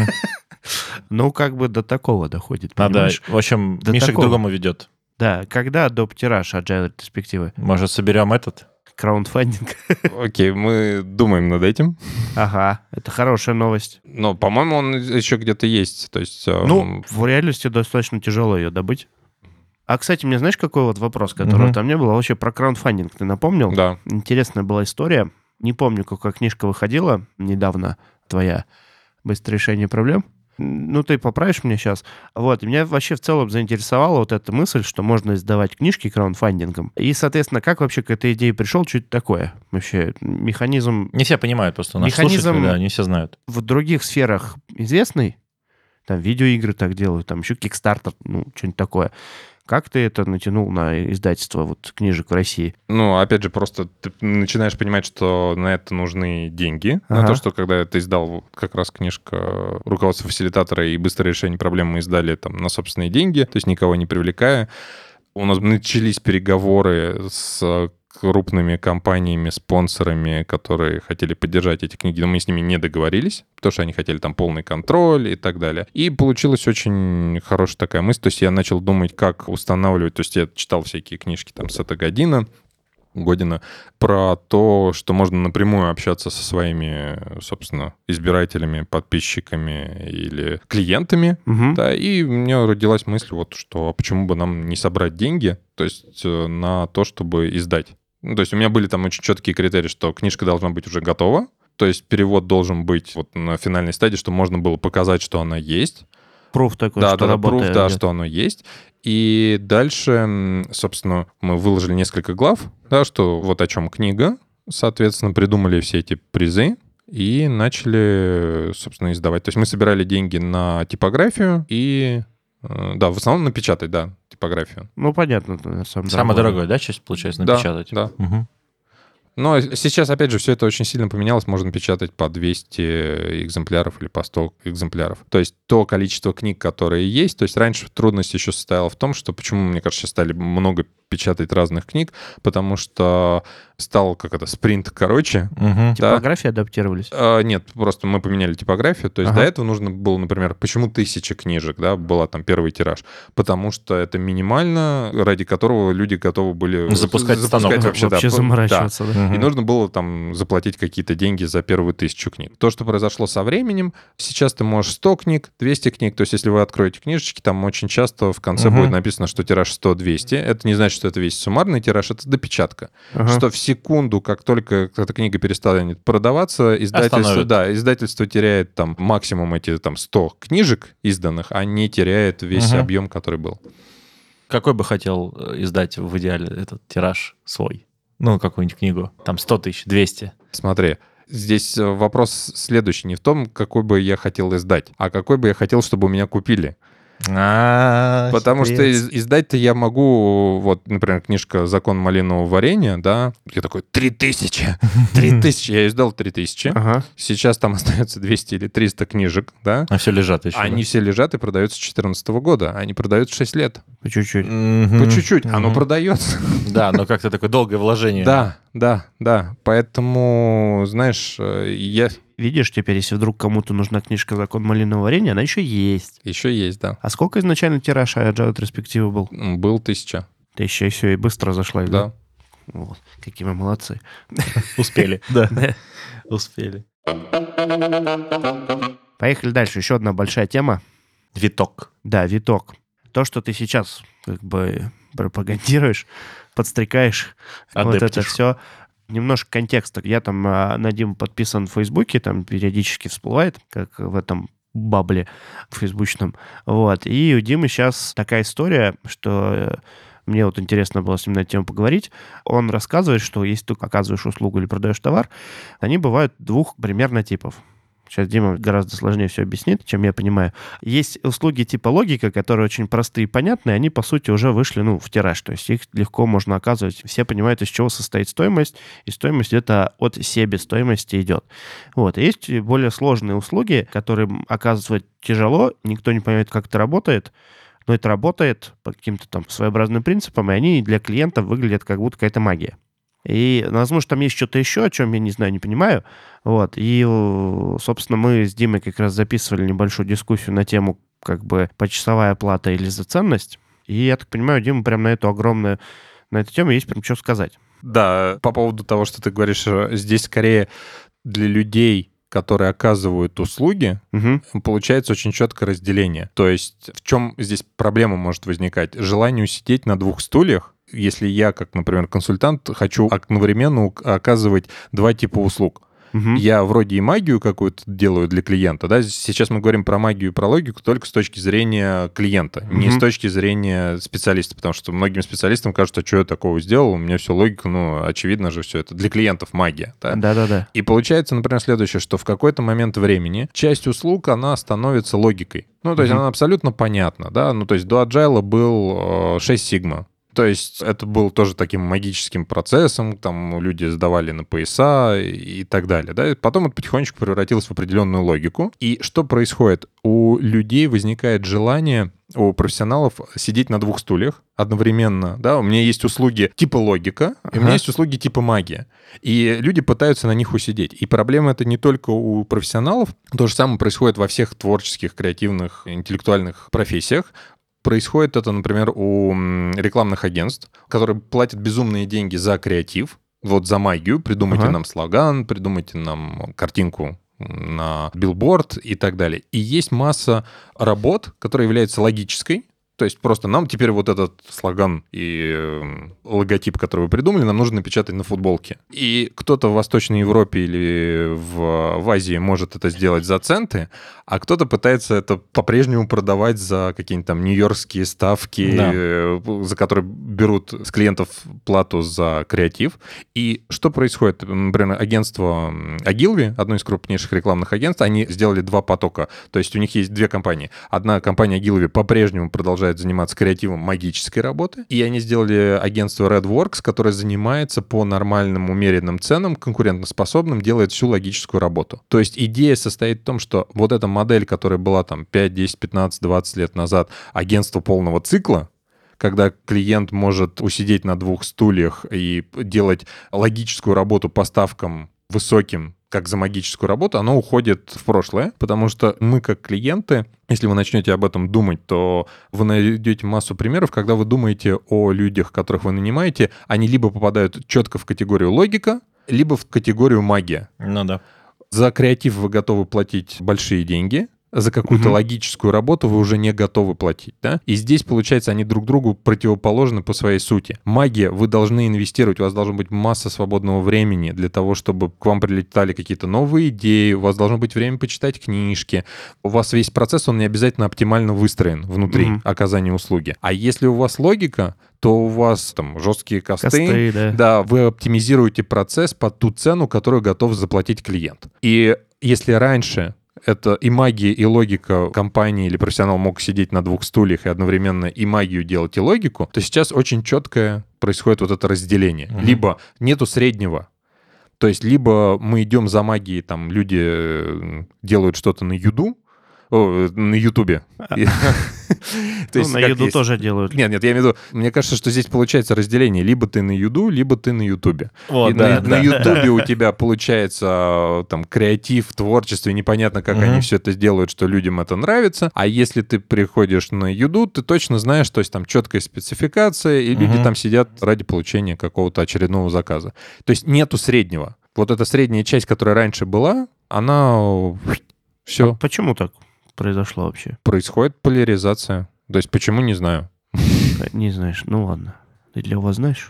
Ну, как бы до такого доходит, Надо, понимаешь? в общем, До Миша к такого. другому ведет. Да, когда доп. Тираж Agile ретроспективы? Может, соберем этот? Краундфандинг. Окей, мы думаем над этим. Ага, это хорошая новость. Но, по-моему, он еще где-то есть. То есть, Ну, эм, в реальности достаточно тяжело ее добыть. А, кстати, мне знаешь, какой вот вопрос, которого Мгм. там не было? Вообще про краундфандинг ты напомнил? да. Интересная была история. Не помню, какая книжка выходила недавно, твоя «Быстрое решение проблем». Ну, ты поправишь меня сейчас. Вот, и меня вообще в целом заинтересовала вот эта мысль, что можно издавать книжки краундфандингом. И, соответственно, как вообще к этой идее пришел, что это такое? Вообще, механизм Не все понимают просто. Наши Механизм- слушатели, да, не все знают. в других сферах известный? Там видеоигры так делают, там еще Kickstarter, ну, что-нибудь такое. Как ты это натянул на издательство вот книжек в России? Ну, опять же, просто ты начинаешь понимать, что на это нужны деньги. На Ага. то, что когда ты издал вот как раз книжка «Руководство фасилитатора» и «Быстрое решение проблем» мы издали там на собственные деньги, то есть никого не привлекая. У нас начались переговоры с крупными компаниями, спонсорами, которые хотели поддержать эти книги, но мы с ними не договорились, потому что они хотели там полный контроль и так далее. И получилась очень хорошая такая мысль. То есть я начал думать, как устанавливать. То есть я читал всякие книжки там Сета Година, Година про то, что можно напрямую общаться со своими, собственно, избирателями, подписчиками или клиентами. Угу. Да, и у меня родилась мысль, вот, что почему бы нам не собрать деньги, то есть э, на то, чтобы издать. Ну, то есть у меня были там очень четкие критерии, что книжка должна быть уже готова, то есть перевод должен быть вот на финальной стадии, чтобы можно было показать, что она есть. Пруф такой, Да, что да, да, работа пруф, да, идет. что оно есть. И дальше, м, собственно, мы выложили несколько глав, да, что вот о чем книга, соответственно, придумали все эти призы и начали, собственно, издавать. То есть мы собирали деньги на типографию и, э, да, в основном напечатать, да, типографию. Ну, понятно, на самом деле. Самое дорогое, да, сейчас получается Да, напечатать? да. Мгм. Но сейчас, опять же, все это очень сильно поменялось. Можно печатать по двести экземпляров или по сто экземпляров. То есть то количество книг, которые есть. То есть раньше трудность еще состояла в том, что почему, мне кажется, сейчас стали много печатать разных книг, потому что стал, как это, спринт короче. Мгм. Да. Типографии адаптировались? А, нет, просто мы поменяли типографию. То есть Ага. до этого нужно было, например, почему тысяча книжек, да, была там первый тираж? Потому что это минимально, ради которого люди готовы были Запускать станок. вообще, да, Вообще по- заморачиваться, да. Мгм. и нужно было там заплатить какие-то деньги за первую тысячу книг. То, что произошло со временем, сейчас ты можешь сто книг, двести книг. То есть если вы откроете книжечки, там очень часто в конце Мгм. будет написано, что тираж сто-двести. Это не значит, что это весь суммарный тираж, это допечатка. Ага. Что в секунду, как только эта книга перестанет продаваться, издательство, Остановит. да, издательство теряет там максимум эти там сто книжек изданных, а не теряет весь Мгм. объем, который был. Какой бы хотел э, издать в идеале этот тираж свой? Ну, какую-нибудь книгу. Там сто тысяч, двести. Смотри, здесь э, вопрос следующий. Не в том, какой бы я хотел издать, а какой бы я хотел, чтобы у меня купили. А, Потому что хитрец. из- издать-то я могу, вот, например, книжка «Закон малинового варенья», да, я такой, три тысячи, три тысячи, я издал три тысячи, Ага. сейчас там остается двести или триста книжек, да, А все лежат еще. они все лежат и продаются с две тысячи четырнадцатого года, они продаются шесть лет, По чуть-чуть. Мгм. по чуть-чуть, оно Мгм. продается. Да, но как-то такое долгое вложение. Да, да, да, поэтому, знаешь, э, я... Видишь, теперь, если вдруг кому-то нужна книжка «Закон малинового варенья», она еще есть. Еще есть, да. А сколько изначально тираж Agile ретроспективы был? М, Был тысяча, Тысяча, и все, и быстро зашла. и да. Вот. Какие мы молодцы. Успели. Да, успели. Поехали дальше. Еще одна большая тема. Виток. Да, виток. То, что ты сейчас как бы пропагандируешь, подстрекаешь, вот это Адептишь. все. Немножко контекста. Я там а, на Диму подписан в Фейсбуке, там периодически всплывает, как в этом бабле фейсбучном. Вот. И у Димы сейчас такая история, что э, мне вот интересно было с ним на эту тему поговорить. Он рассказывает, что если ты оказываешь услугу или продаешь товар, они бывают двух примерно типов. Сейчас Дима гораздо сложнее все объяснит, чем я понимаю. Есть услуги типа логика, которые очень простые и понятные, они, по сути, уже вышли ну, в тираж. То есть их легко можно оказывать. Все понимают, из чего состоит стоимость, и стоимость где-то от себестоимости идет. Вот. И есть более сложные услуги, которые оказывать тяжело, никто не понимает, как это работает. но это работает по каким-то там своеобразным принципам, и они для клиентов выглядят как будто какая-то магия. И, возможно, там есть что-то еще, о чем я не знаю, не понимаю. Вот. И, собственно, мы с Димой как раз записывали небольшую дискуссию на тему как бы почасовая плата или за ценность. И я так понимаю, Дима прям на эту огромную, на эту тему есть прям что сказать. Да, по поводу того, что ты говоришь, здесь скорее для людей, которые оказывают услуги, угу. получается очень четкое разделение. То есть в чем здесь проблема может возникать? Желание усидеть на двух стульях, если я, как, например, консультант, хочу одновременно оказывать два типа услуг. Угу. Я вроде и магию какую-то делаю для клиента, да, сейчас мы говорим про магию и про логику только с точки зрения клиента, угу. не с точки зрения специалиста, потому что многим специалистам кажется, что я такого сделал, у меня все логика, ну, очевидно же все это. Для клиентов магия, да? Да-да-да. И получается, например, следующее, что в какой-то момент времени часть услуг, она становится логикой. Ну, то есть угу. она абсолютно понятна, да, ну, то есть до Agile был э, шесть сигма. То есть это был тоже таким магическим процессом, там люди сдавали на пояса и так далее. Да? Потом это потихонечку превратилось в определенную логику. И что происходит? У людей возникает желание, у профессионалов, сидеть на двух стульях одновременно. Да? У меня есть услуги типа логика, ага. и у меня есть услуги типа магия. И люди пытаются на них усидеть. И проблема это не только у профессионалов, то же самое происходит во всех творческих, креативных, интеллектуальных профессиях. Происходит это, например, у рекламных агентств, которые платят безумные деньги за креатив, вот за магию. Придумайте ага. нам слоган, придумайте нам картинку на билборд и так далее. И есть масса работ, которая является логической. То есть просто нам теперь вот этот слоган и логотип, который вы придумали, нам нужно напечатать на футболке. И кто-то в Восточной Европе или в, в Азии может это сделать за центы, а кто-то пытается это по-прежнему продавать за какие-нибудь там нью-йоркские ставки, да. за которые берут с клиентов плату за креатив. И что происходит? Например, агентство Ogilvy, одно из крупнейших рекламных агентств, они сделали два потока. То есть у них есть две компании. Одна компания Ogilvy по-прежнему продолжает заниматься креативом магической работы, и они сделали агентство RedWorks, которое занимается по нормальным умеренным ценам, конкурентоспособным, делает всю логическую работу. То есть идея состоит в том, что вот эта модель, которая была там пять, десять, пятнадцать, двадцать лет назад, агентство полного цикла, когда клиент может усидеть на двух стульях и делать логическую работу по ставкам высоким, как за магическую работу, оно уходит в прошлое, потому что мы, как клиенты, если вы начнете об этом думать, то вы найдете массу примеров, когда вы думаете о людях, которых вы нанимаете, они либо попадают четко в категорию логика, либо в категорию магия. Ну да. За креатив вы готовы платить большие деньги, за какую-то угу. логическую работу вы уже не готовы платить, да? И здесь, получается, они друг другу противоположны по своей сути. Магия, вы должны инвестировать, у вас должна быть масса свободного времени для того, чтобы к вам прилетали какие-то новые идеи, у вас должно быть время почитать книжки, у вас весь процесс, он не обязательно оптимально выстроен внутри угу. оказания услуги. А если у вас логика, то у вас там жесткие косты, косты да. да, вы оптимизируете процесс под ту цену, которую готов заплатить клиент. И если раньше это и магия, и логика компании или профессионал мог сидеть на двух стульях и одновременно и магию делать, и логику, то сейчас очень четкое происходит вот это разделение. Угу. Либо нету среднего. То есть либо мы идем за магией, там люди делают что-то на юду, О, на Ютубе. Ну, на Юду тоже делают. Нет, нет, я имею в виду, мне кажется, что здесь получается разделение. Либо ты на Юду, либо ты на Ютубе. На Ютубе у тебя получается там креатив, творчество, и непонятно, как они все это сделают, что людям это нравится. А если ты приходишь на Юду, ты точно знаешь, то есть там четкая спецификация, и люди там сидят ради получения какого-то очередного заказа. То есть нету среднего. Вот эта средняя часть, которая раньше была, она... Все. А почему так произошло вообще? Происходит поляризация. То есть почему, не знаю. Не знаешь. Ну ладно. Ты для вас знаешь?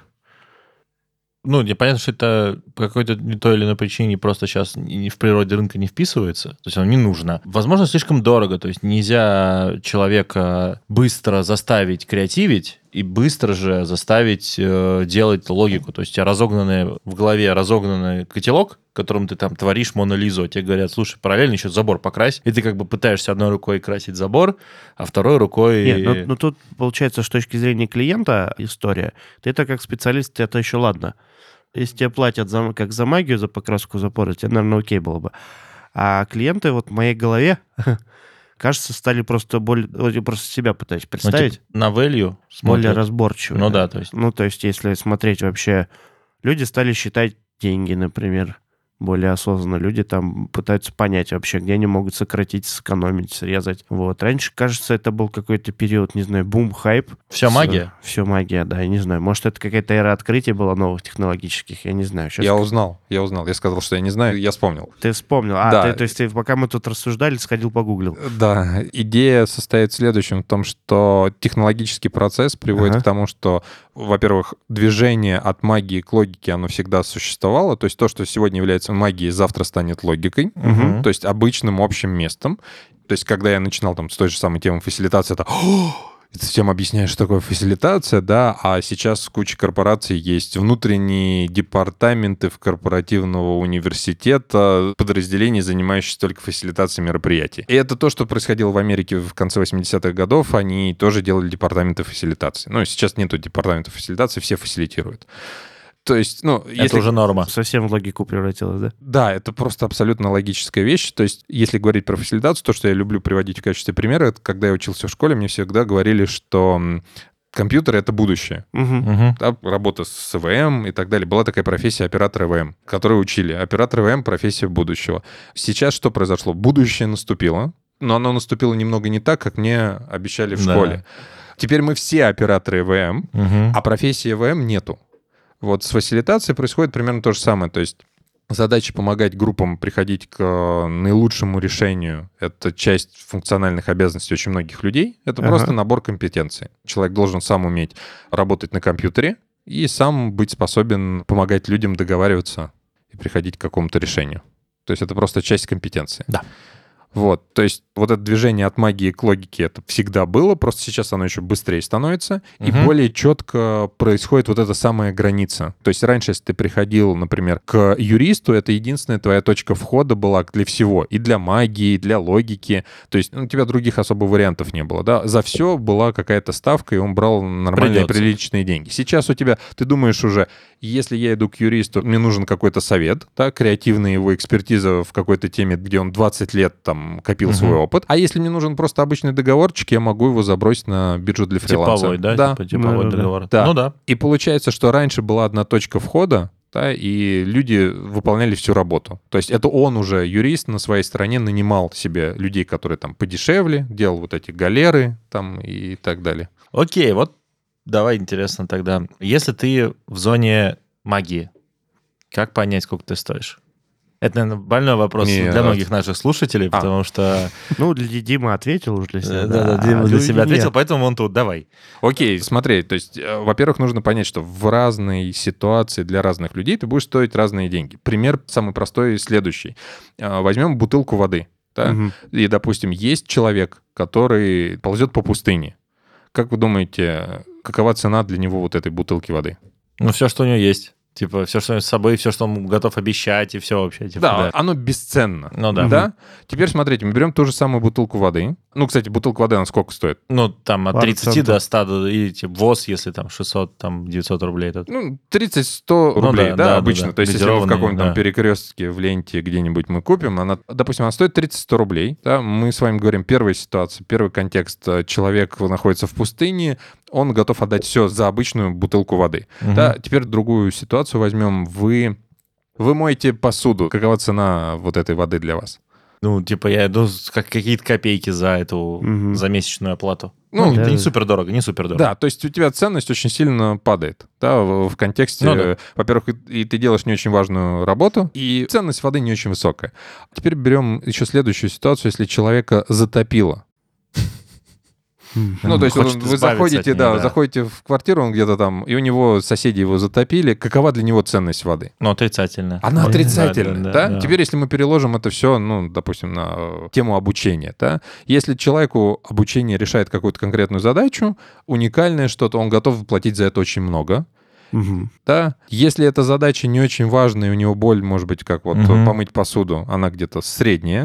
Ну, не понятно, что это по какой-то той или иной причине просто сейчас в природе рынка не вписывается. То есть оно не нужно. Возможно, слишком дорого. То есть нельзя человека быстро заставить креативить и быстро же заставить э, делать логику. То есть у тебя разогнанный в голове разогнанный котелок, которым ты там творишь Мону Лизу, а тебе говорят, слушай, параллельно еще забор покрась, и ты как бы пытаешься одной рукой красить забор, а второй рукой... Нет, ну, ну тут получается, с точки зрения клиента история, ты это как специалист, это еще ладно. Если тебе платят за, как за магию, за покраску забора, тебе, наверное, окей было бы. А клиенты вот в моей голове, кажется, стали просто более... Вот я просто себя пытаюсь Ну, представить. типа, на value более смотрят. разборчиво. Ну да, то есть. Ну, то есть, если смотреть вообще, люди стали считать деньги, например, более осознанно. Люди там пытаются понять вообще, где они могут сократить, сэкономить, срезать. Вот. Раньше, кажется, это был какой-то период, не знаю, бум, хайп. Все С- магия? Все магия, да, я не знаю. Может, это какая-то эра открытий была новых технологических, я не знаю. Сейчас Я узнал, я узнал. Я сказал, что я не знаю, я вспомнил. ты вспомнил. А, Да. ты, то есть ты, пока мы тут рассуждали, сходил погуглил. Да, идея состоит в следующем, в том, что технологический процесс приводит Ага. к тому, что, во-первых, движение от магии к логике, оно всегда существовало. То есть то, что сегодня является магией, завтра станет логикой. Мгм. То есть обычным общим местом. То есть когда я начинал там с той же самой темы фасилитации, это... «О, и ты всем объясняешь, что такое фасилитация, да, а сейчас в куче корпораций есть внутренние департаменты в корпоративного университета, подразделений, занимающиеся только фасилитацией мероприятий. И это то, что происходило в Америке в конце восьмидесятых годов, они тоже делали департаменты фасилитации. Ну, сейчас нету департамента фасилитации, все фасилитируют. То есть, ну, Это если... уже норма. Совсем в логику превратилось, да? Да, это просто абсолютно логическая вещь. То есть, если говорить про фасилитацию, то, что я люблю приводить в качестве примера, это когда я учился в школе, мне всегда говорили, что м, компьютеры — это будущее. Мгм. Мгм. Да, работа с ЭВМ и так далее. Была такая профессия оператора ЭВМ, которую учили. Оператор ЭВМ — профессия будущего. Сейчас что произошло? Будущее наступило, но оно наступило немного не так, как мне обещали в Да. школе. Теперь мы все операторы ЭВМ, Мгм. а профессии ЭВМ нету. Вот с фасилитацией происходит примерно то же самое. То есть задача помогать группам приходить к наилучшему решению — это часть функциональных обязанностей очень многих людей. Это Ага. просто набор компетенций. Человек должен сам уметь работать на компьютере и сам быть способен помогать людям договариваться и приходить к какому-то решению. То есть это просто часть компетенции. Да. Вот, то есть вот это движение от магии к логике, это всегда было, просто сейчас оно еще быстрее становится, и Мгм. более четко происходит вот эта самая граница. То есть раньше, если ты приходил, например, к юристу, это единственная твоя точка входа была для всего, и для магии, и для логики, то есть ну, у тебя других особо вариантов не было, да, за все была какая-то ставка, и он брал нормальные, Придется. приличные деньги. Сейчас у тебя, ты думаешь уже, если я иду к юристу, мне нужен какой-то совет, да, креативная его экспертиза в какой-то теме, где он двадцать лет там копил Мгм. свой опыт. А если мне нужен просто обычный договорчик, я могу его забросить на биржу для фриланса. Типовой, да? Да. Типа типовой Да-да-да. договор. Да. Ну да. И получается, что раньше была одна точка входа, да, и люди выполняли всю работу. То есть это он уже, юрист, на своей стороне нанимал себе людей, которые там подешевле, делал вот эти галеры там и так далее. Окей, вот давай интересно тогда. Если ты в зоне магии, как понять, сколько ты стоишь? Это, наверное, больной вопрос Нет. для многих наших слушателей, А. потому что... Ну, для Дима ответил уже для себя. Да-да, да, Дима а для люди себя ответил, нет. поэтому он тут. Давай. Окей, смотри, то есть, э, во-первых, нужно понять, что в разной ситуации для разных людей ты будешь стоить разные деньги. Пример самый простой следующий. Э, Возьмем бутылку воды. Да? Мгм. И, допустим, есть человек, который ползет по пустыне. Как вы думаете, какова цена для него вот этой бутылки воды? Ну, все, что у него есть. Типа, все, что у него с собой, все, что он готов обещать, и все вообще. Типа, Да, да. оно бесценно. Ну да. Да? Теперь смотрите, мы берем ту же самую бутылку воды. Ну, кстати, бутылка воды, она сколько стоит? Ну, там от Пару тридцати до центов. ста, до- и типа ВОЗ, если там шестьсот, там девятьсот рублей. Это... Ну, тридцать-сто Ну рублей, да, да, да, да, обычно. да. То есть, если мы в Газированные, каком-то там да. перекрестке в ленте где-нибудь мы купим, она, допустим, она стоит тридцать-сто рублей. Да? Мы с вами говорим, первая ситуация, первый контекст. Человек находится в пустыне, он готов отдать все за обычную бутылку воды. Мгм. Да? Теперь другую ситуацию возьмем. Вы, вы моете посуду. Какова цена вот этой воды для вас? Ну, типа, я иду с- как какие-то копейки за эту, Мгм. за месячную оплату. Ну, Ну, это да. не супер дорого, не супер дорого. Да, то есть у тебя ценность очень сильно падает, да, в, в контексте, Ну да. э, во-первых, и, и ты делаешь не очень важную работу, и ценность воды не очень высокая. Теперь берем еще следующую ситуацию, если человека затопило. Мгм. Ну, то есть Хочет он- вы избавиться заходите, от нее, да, да. заходите в квартиру, он где-то там, и у него соседи его затопили. Какова для него ценность воды? Ну, отрицательно. Она Да, отрицательная, да, да, да, да. Теперь, если мы переложим это все, ну, допустим, на э, тему обучения, да, если человеку обучение решает какую-то конкретную задачу, уникальное что-то, он готов платить за это очень много, Мгм. да. Если эта задача не очень важная, и у него боль, может быть, как вот Мгм. помыть посуду, она где-то средняя,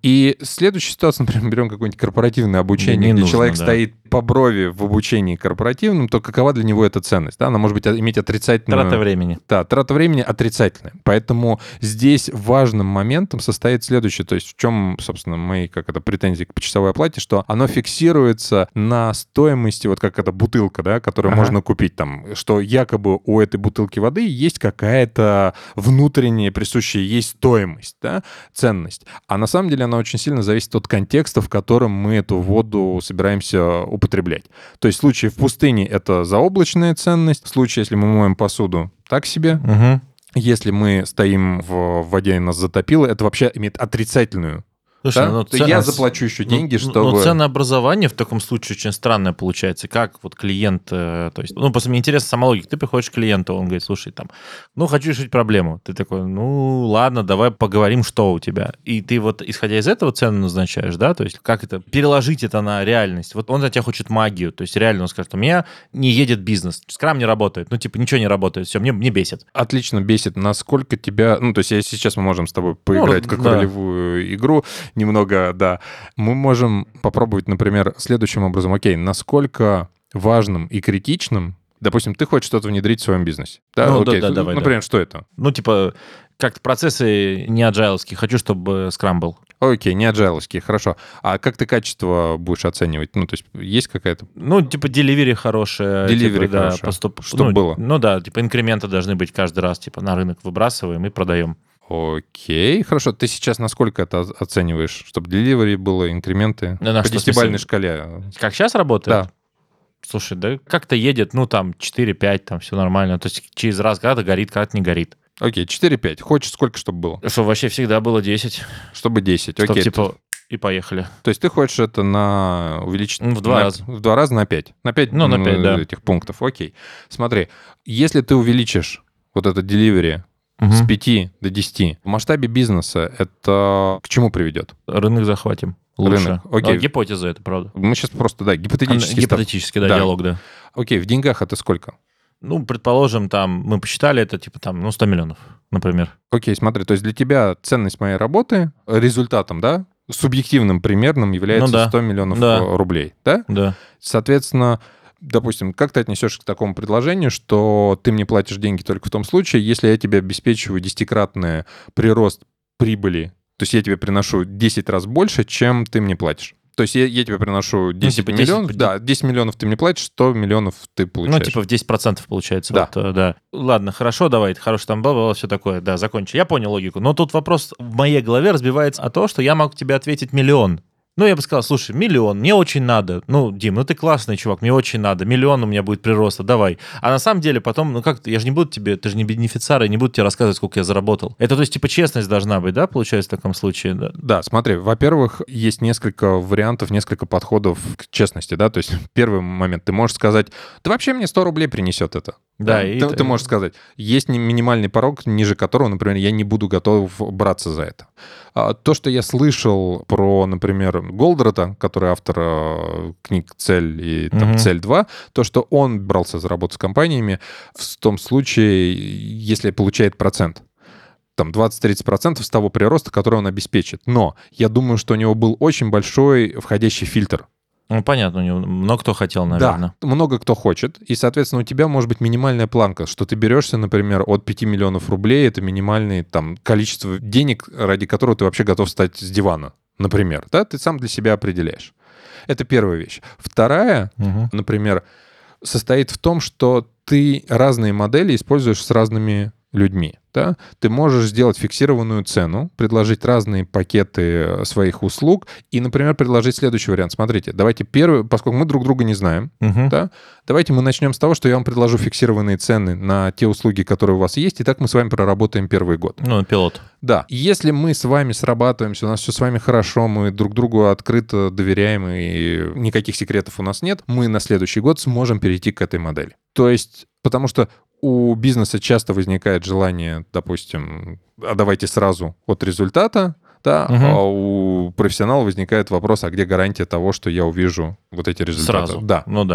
И следующая ситуация, например, берем какое-нибудь корпоративное обучение, Не где нужно, человек да. стоит по брови в обучении корпоративном, то какова для него эта ценность? Да, она может быть иметь отрицательную... Трата времени. Да, трата времени отрицательная. Поэтому здесь важным моментом состоит следующее. То есть в чем, собственно, мои, как это, претензии к почасовой оплате, что оно фиксируется на стоимости, вот как эта бутылка, да, которую Ага. можно купить там, что якобы у этой бутылки воды есть какая-то внутренняя присущая ей стоимость, да, ценность. А на самом деле она очень сильно зависит от контекста, в котором мы эту воду собираемся употреблять. То есть в случае в пустыне это заоблачная ценность, в случае, если мы моем посуду, так себе. Угу. Если мы стоим в воде и нас затопило, это вообще имеет отрицательную. Слушай, Да? ну, То цена- я заплачу еще деньги, ну, чтобы... Но ценообразование в таком случае очень странное получается. Как вот клиент... э, То есть, ну, просто мне интересна сама логика. Ты приходишь к клиенту, он говорит, слушай, там, ну, хочу решить проблему. Ты такой, ну, ладно, давай поговорим, что у тебя. И ты вот, исходя из этого, цену назначаешь, да? То есть, как это? Переложить это на реальность. Вот он от тебя хочет магию. То есть, реально он скажет, у меня не едет бизнес, скрам не работает. Ну, типа, ничего не работает. Все, мне, мне бесит. Отлично бесит, насколько тебя... Ну, то есть я- сейчас мы можем с тобой поиграть как в да. ролевую игру немного, да. Мы можем попробовать, например, следующим образом. Окей, насколько важным и критичным, допустим, ты хочешь что-то внедрить в своем бизнесе. Да, Ну, да, окей. да, давай, Например, что это? Ну, типа, как-то процессы не аджайловские. Хочу, чтобы скрам был. Окей, не аджайловские, хорошо. А как ты качество будешь оценивать? Ну, то есть есть какая-то... Ну, типа, деливери хорошее. Delivery типа, да, хорошее. поступ- Чтоб ну, было. Ну да, типа, инкременты должны быть каждый раз, типа, на рынок выбрасываем и продаем. Окей, хорошо. Ты сейчас насколько это о- оцениваешь? Чтобы деливери было, инкременты? Ну, на По что, в десятибалльной смысле? шкале. Как сейчас работает? Да. Слушай, да как-то едет, ну, там, четыре-пять, там, все нормально. То есть через раз когда-то горит, когда-то не горит. Окей, четыре-пять. Хочешь сколько, чтобы было? Что вообще всегда было десять. Чтобы десять. Чтоб, Окей. типа, и поехали. То есть ты хочешь это на увеличить... Ну, в два на- раза. В два раза на пять. На пять, Ну, на пять, да. этих пунктов. Окей. Смотри, если ты увеличишь вот это delivery Мгм. с пяти до десяти, в масштабе бизнеса это к чему приведет? Рынок захватим. Лучше. Рынок, окей. А, гипотеза это, правда. Мы сейчас просто, да, гипотетически... став- Гипотетически, да, Да. диалог, да. Окей, в деньгах это сколько? Ну, предположим, там, мы посчитали это, типа, там, ну, сто миллионов, например. Окей, смотри, то есть для тебя ценность моей работы результатом, да, субъективным примерным является Ну да. сто миллионов Да. э, рублей, да? Да. Соответственно, допустим, как ты отнесешься к такому предложению, что ты мне платишь деньги только в том случае, если я тебе обеспечиваю десятикратный прирост прибыли, то есть я тебе приношу десять раз больше, чем ты мне платишь. То есть я, я тебе приношу десять типа десять миллионов, по- да, десять миллионов ты мне платишь, сто миллионов ты получаешь. Ну, типа в десять процентов получается. Да. Вот, э, да. Ладно, хорошо, давай, хорошо, там было все такое, да, закончи. Я понял логику. Но тут вопрос в моей голове разбивается о том, что я могу тебе ответить миллион. Ну, я бы сказал, слушай, миллион, мне очень надо. Ну, Дим, ну ты классный чувак, мне очень надо. Миллион у меня будет прироста, давай. А на самом деле потом, ну как, я же не буду тебе, ты же не бенефициар, я не буду тебе рассказывать, сколько я заработал. Это, то есть, типа, честность должна быть, да, получается, в таком случае? Да. Да, смотри, во-первых, есть несколько вариантов, несколько подходов к честности, да, то есть первый момент, ты можешь сказать, да вообще мне сто рублей принесет это. Да, и ты, ты- ты можешь сказать, есть не- минимальный порог, ниже которого, например, я не буду готов браться за это. А то, что я слышал про, например, Голдрата, который автор э, книг «Цель» и там, Мгм. «Цель два», то, что он брался за работу с компаниями в том случае, если получает процент. Там двадцать-тридцать процентов с того прироста, который он обеспечит. Но я думаю, что у него был очень большой входящий фильтр. Ну, понятно, у него много кто хотел, наверное. Да, много кто хочет. И, соответственно, у тебя может быть минимальная планка, что ты берешься, например, от пяти миллионов рублей, это минимальное там, количество денег, ради которого ты вообще готов встать с дивана, например. Да? Ты сам для себя определяешь. Это первая вещь. Вторая, Мгм. например, состоит в том, что ты разные модели используешь с разными людьми. Да? Ты можешь сделать фиксированную цену, предложить разные пакеты своих услуг и, например, предложить следующий вариант. Смотрите, давайте первый, поскольку мы друг друга не знаем, Мгм. да, давайте мы начнем с того, что я вам предложу фиксированные цены на те услуги, которые у вас есть, и так мы с вами проработаем первый год. Ну, пилот. Да, и если мы с вами срабатываемся, у нас все с вами хорошо, мы друг другу открыто доверяем, и никаких секретов у нас нет, мы на следующий год сможем перейти к этой модели. То есть, потому что у бизнеса часто возникает желание, допустим, а давайте сразу от результата, да, Мгм. а у профессионала возникает вопрос, а где гарантия того, что я увижу вот эти результаты? Сразу. Да. Ну да.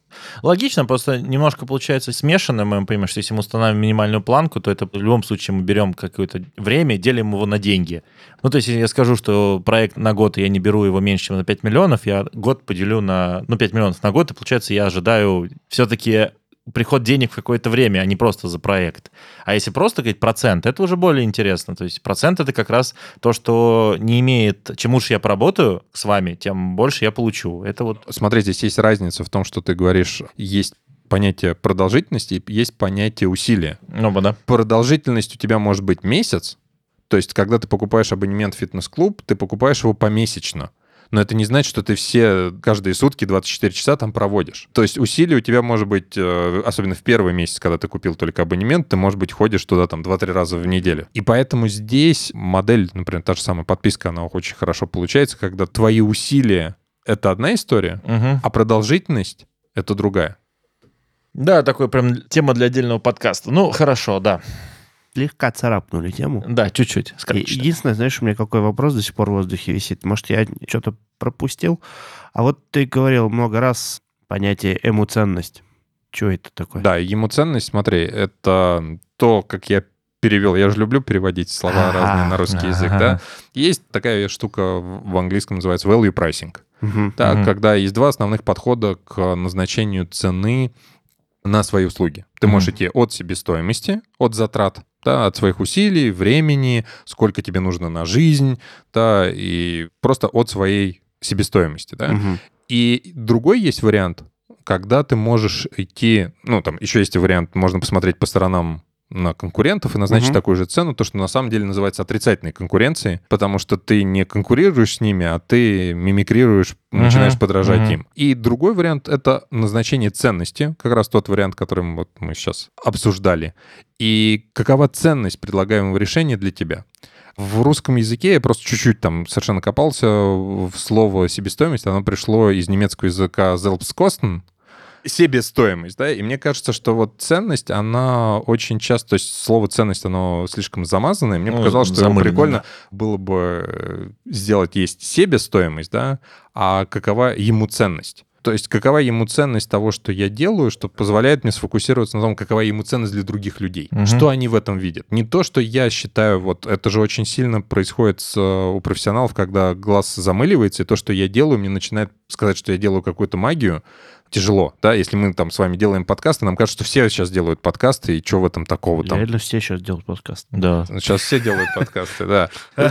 Логично, просто немножко получается смешанно. Мы понимаем, что если мы устанавливаем минимальную планку, то это в любом случае мы берем какое-то время и делим его на деньги. Ну, то есть, если я скажу, что проект на год, и я не беру его меньше, чем на пять миллионов, я год поделю на, ну, пять миллионов на год, и получается, я ожидаю все-таки приход денег в какое-то время, а не просто за проект. А если просто говорить процент, это уже более интересно. То есть процент — это как раз то, что не имеет... Чем лучше я поработаю с вами, тем больше я получу. Это вот... Смотри, здесь есть разница в том, что ты говоришь, есть понятие продолжительности и есть понятие усилия. Ну, да. Продолжительность у тебя может быть месяц, то есть когда ты покупаешь абонемент в фитнес-клуб, ты покупаешь его помесячно. Но это не значит, что ты все каждые сутки двадцать четыре часа там проводишь. То есть усилий у тебя может быть, особенно в первый месяц, когда ты купил только абонемент, ты, может быть, ходишь туда там два-три раза в неделю. И поэтому здесь модель, например, та же самая подписка, она очень хорошо получается, когда твои усилия — это одна история, Угу. а продолжительность — это другая. Да, такой прям тема для отдельного подкаста. Ну, хорошо, да. Слегка царапнули тему. Да, чуть-чуть. И скороче. единственное, знаешь, у меня какой вопрос до сих пор в воздухе висит. Может, я что-то пропустил? А вот ты говорил много раз понятие эмоценность. Что это такое? Да, ему ценность, смотри, это то, как я перевел. Я же люблю переводить слова Ага, разные на русский язык, ага. да. Есть такая штука в английском, называется value pricing. Мгм. Да, Мгм. когда есть два основных подхода к назначению цены на свои услуги. Ты Мгм. можешь идти от себестоимости, от затрат, да, от своих усилий, времени, сколько тебе нужно на жизнь, да, и просто от своей себестоимости, да. Мгм. И другой есть вариант, когда ты можешь идти, ну, там еще есть вариант, можно посмотреть по сторонам на конкурентов и назначить Мгм. такую же цену, то, что на самом деле называется отрицательной конкуренцией, потому что ты не конкурируешь с ними, а ты мимикрируешь, Мгм. начинаешь подражать Мгм. им. И другой вариант — это назначение ценности, как раз тот вариант, который мы, вот, мы сейчас обсуждали. И какова ценность предлагаемого решения для тебя? В русском языке я просто чуть-чуть там совершенно копался в слово «себестоимость», оно пришло из немецкого языка «selbstkosten», себестоимость, да, и мне кажется, что вот ценность, она очень часто, то есть слово ценность, оно слишком замазанное, мне Ну, показалось, что замылено, прикольно да. было бы сделать, есть себестоимость, да, а какова ему ценность. То есть какова ему ценность того, что я делаю, что позволяет мне сфокусироваться на том, какова ему ценность для других людей. Мгм. Что они в этом видят. Не то, что я считаю, вот это же очень сильно происходит с, у профессионалов, когда глаз замыливается, и то, что я делаю, мне начинает сказать, что я делаю какую-то магию. Тяжело, да, если мы там с вами делаем подкасты, нам кажется, что все сейчас делают подкасты, и что в этом такого там? Реально все сейчас делают подкаст. Да. Сейчас все делают подкасты, да.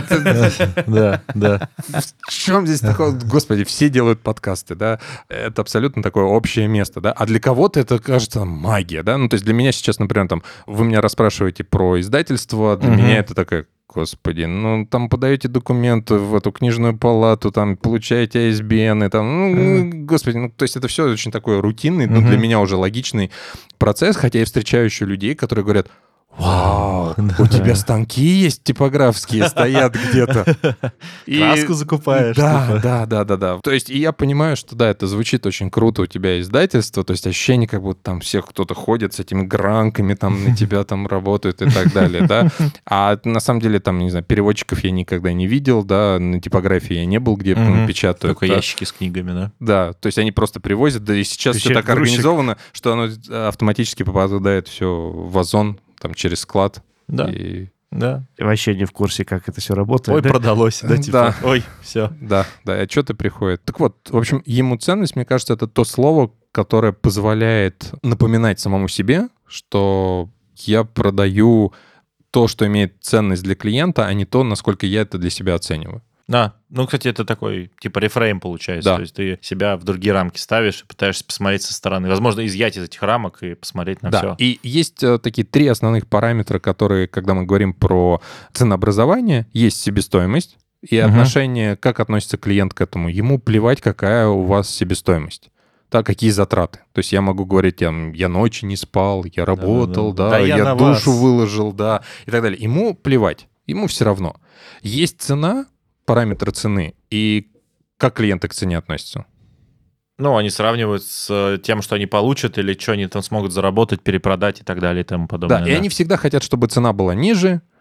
Да, да. В чем здесь такое? Господи, все делают подкасты, да. Это абсолютно такое общее место, да. А для кого-то это кажется магия, да. Ну, то есть для меня сейчас, например, там, вы меня расспрашиваете про издательство, для Мгм. меня это такая... Господи, ну там подаете документы в эту книжную палату, там получаете ай эс би эн, там, ну, господи, ну, то есть это все очень такой рутинный, но Мгм. для меня уже логичный процесс, хотя я встречаю еще людей, которые говорят: вау, у тебя станки есть типографские, стоят где-то. И- Краску закупаешь, Да, типа. да, да, да, да. То есть и я понимаю, что да, это звучит очень круто, у тебя издательство, то есть ощущение, как будто там всех кто-то ходит с этими гранками, там на тебя там работают и так далее, да. А на самом деле там, не знаю, переводчиков я никогда не видел, да, на типографии я не был, где Мгм. печатают. Только да. ящики с книгами, да? Да, то есть они просто привозят, да и сейчас То все есть так грузчик- организовано, что оно автоматически попадает все в Озон, там через склад. Да, И- да. Вообще не в курсе, как это все работает. Ой, да? продалось, да, типа. Да. Ой, все. Да, да, и отчеты приходят. Так вот, в общем, ему ценность, мне кажется, это то слово, которое позволяет напоминать самому себе, что я продаю то, что имеет ценность для клиента, а не то, насколько я это для себя оцениваю. Да, ну, кстати, это такой, типа, рефрейм получается. Да. То есть ты себя в другие рамки ставишь и пытаешься посмотреть со стороны. Возможно, изъять из этих рамок и посмотреть на Да, все. и есть э, такие три основных параметра, которые, когда мы говорим про ценообразование, есть себестоимость и Мгм. отношение, как относится клиент к этому. Ему плевать, какая у вас себестоимость. Да, какие затраты. То есть я могу говорить, там, я ночи не спал, я работал, Да-да-да. да, Да я я на душу вас. выложил, да, и так далее. Ему плевать, ему все равно. Есть цена, параметры цены, и как клиенты к цене относятся. Ну, они сравнивают с тем, что они получат, или что они там смогут заработать, перепродать и так далее и тому подобное. Да, и они всегда хотят, чтобы цена была ниже,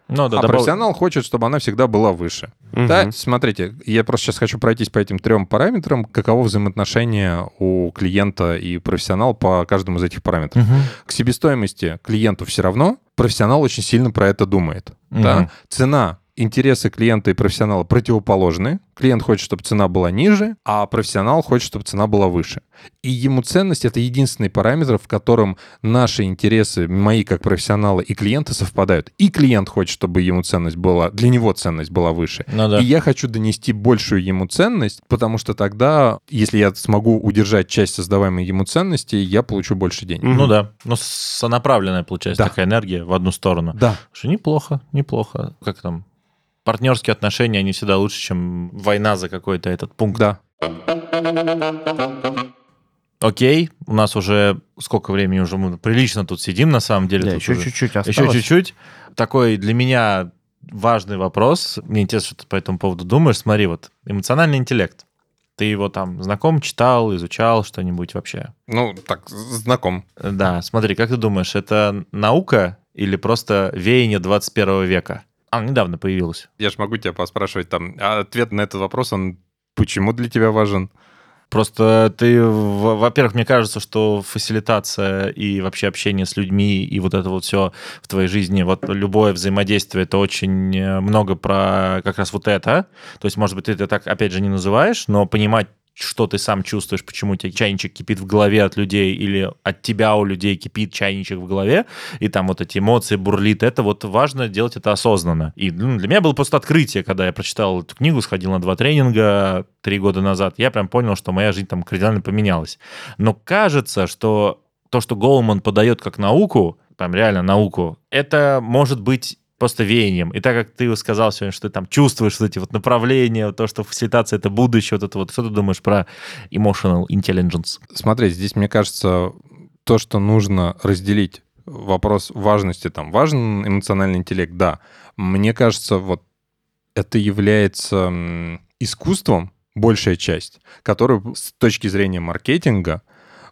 Ну, да, а добав- профессионал хочет, чтобы она всегда была выше. Мгм. Да, смотрите, я просто сейчас хочу пройтись по этим трем параметрам, каково взаимоотношение у клиента и профессионала по каждому из этих параметров. Мгм. К себестоимости клиенту все равно, профессионал очень сильно про это думает. Мгм. Да? Цена, интересы клиента и профессионала противоположны. Клиент хочет, чтобы цена была ниже, а профессионал хочет, чтобы цена была выше. И ему ценность — это единственный параметр, в котором наши интересы, мои как профессионала и клиента совпадают. И клиент хочет, чтобы ему ценность была, для него ценность была выше. Ну да. И я хочу донести большую ему ценность, потому что тогда, если я смогу удержать часть создаваемой ему ценности, я получу больше денег. Мгм. Ну да. Ну, сонаправленная получается Да. такая энергия в одну сторону. Да. Слушай, неплохо, неплохо. Как там? Партнерские отношения, они всегда лучше, чем война за какой-то этот пункт. Да. Окей, у нас уже сколько времени уже мы прилично тут сидим, на самом деле. Да, тут еще уже- чуть-чуть осталось. Еще чуть-чуть. Такой для меня важный вопрос. Мне интересно, что ты по этому поводу думаешь. Смотри, вот эмоциональный интеллект. Ты его там знаком, читал, изучал что-нибудь вообще? Ну, так, знаком. Да, смотри, как ты думаешь, это наука или просто веяние двадцать первого века? А, недавно появилось. Я же могу тебя поспрашивать там, а ответ на этот вопрос, он почему для тебя важен? Просто ты, в- во-первых, мне кажется, что фасилитация и вообще общение с людьми и вот это вот все в твоей жизни, вот любое взаимодействие, это очень э, много про как раз вот это. То есть, может быть, ты это так, опять же, не называешь, но понимать, что ты сам чувствуешь, почему у тебя чайничек кипит в голове от людей или от тебя у людей кипит чайничек в голове, и там вот эти эмоции бурлит, это вот важно делать это осознанно. И ну, для меня было просто открытие, когда я прочитал эту книгу, сходил на два тренинга три года назад, я прям понял, что моя жизнь там кардинально поменялась. Но кажется, что то, что Голман подает как науку, там реально науку, это может быть просто веянием. И так как ты сказал сегодня, что ты там чувствуешь вот эти вот направления, то, что фасилитация — это будущее, вот это вот, что ты думаешь про emotional intelligence? Смотри, здесь, мне кажется, то, что нужно разделить вопрос важности, там, важен эмоциональный интеллект, да. Мне кажется, вот это является м, искусством, большая часть, которую с точки зрения маркетинга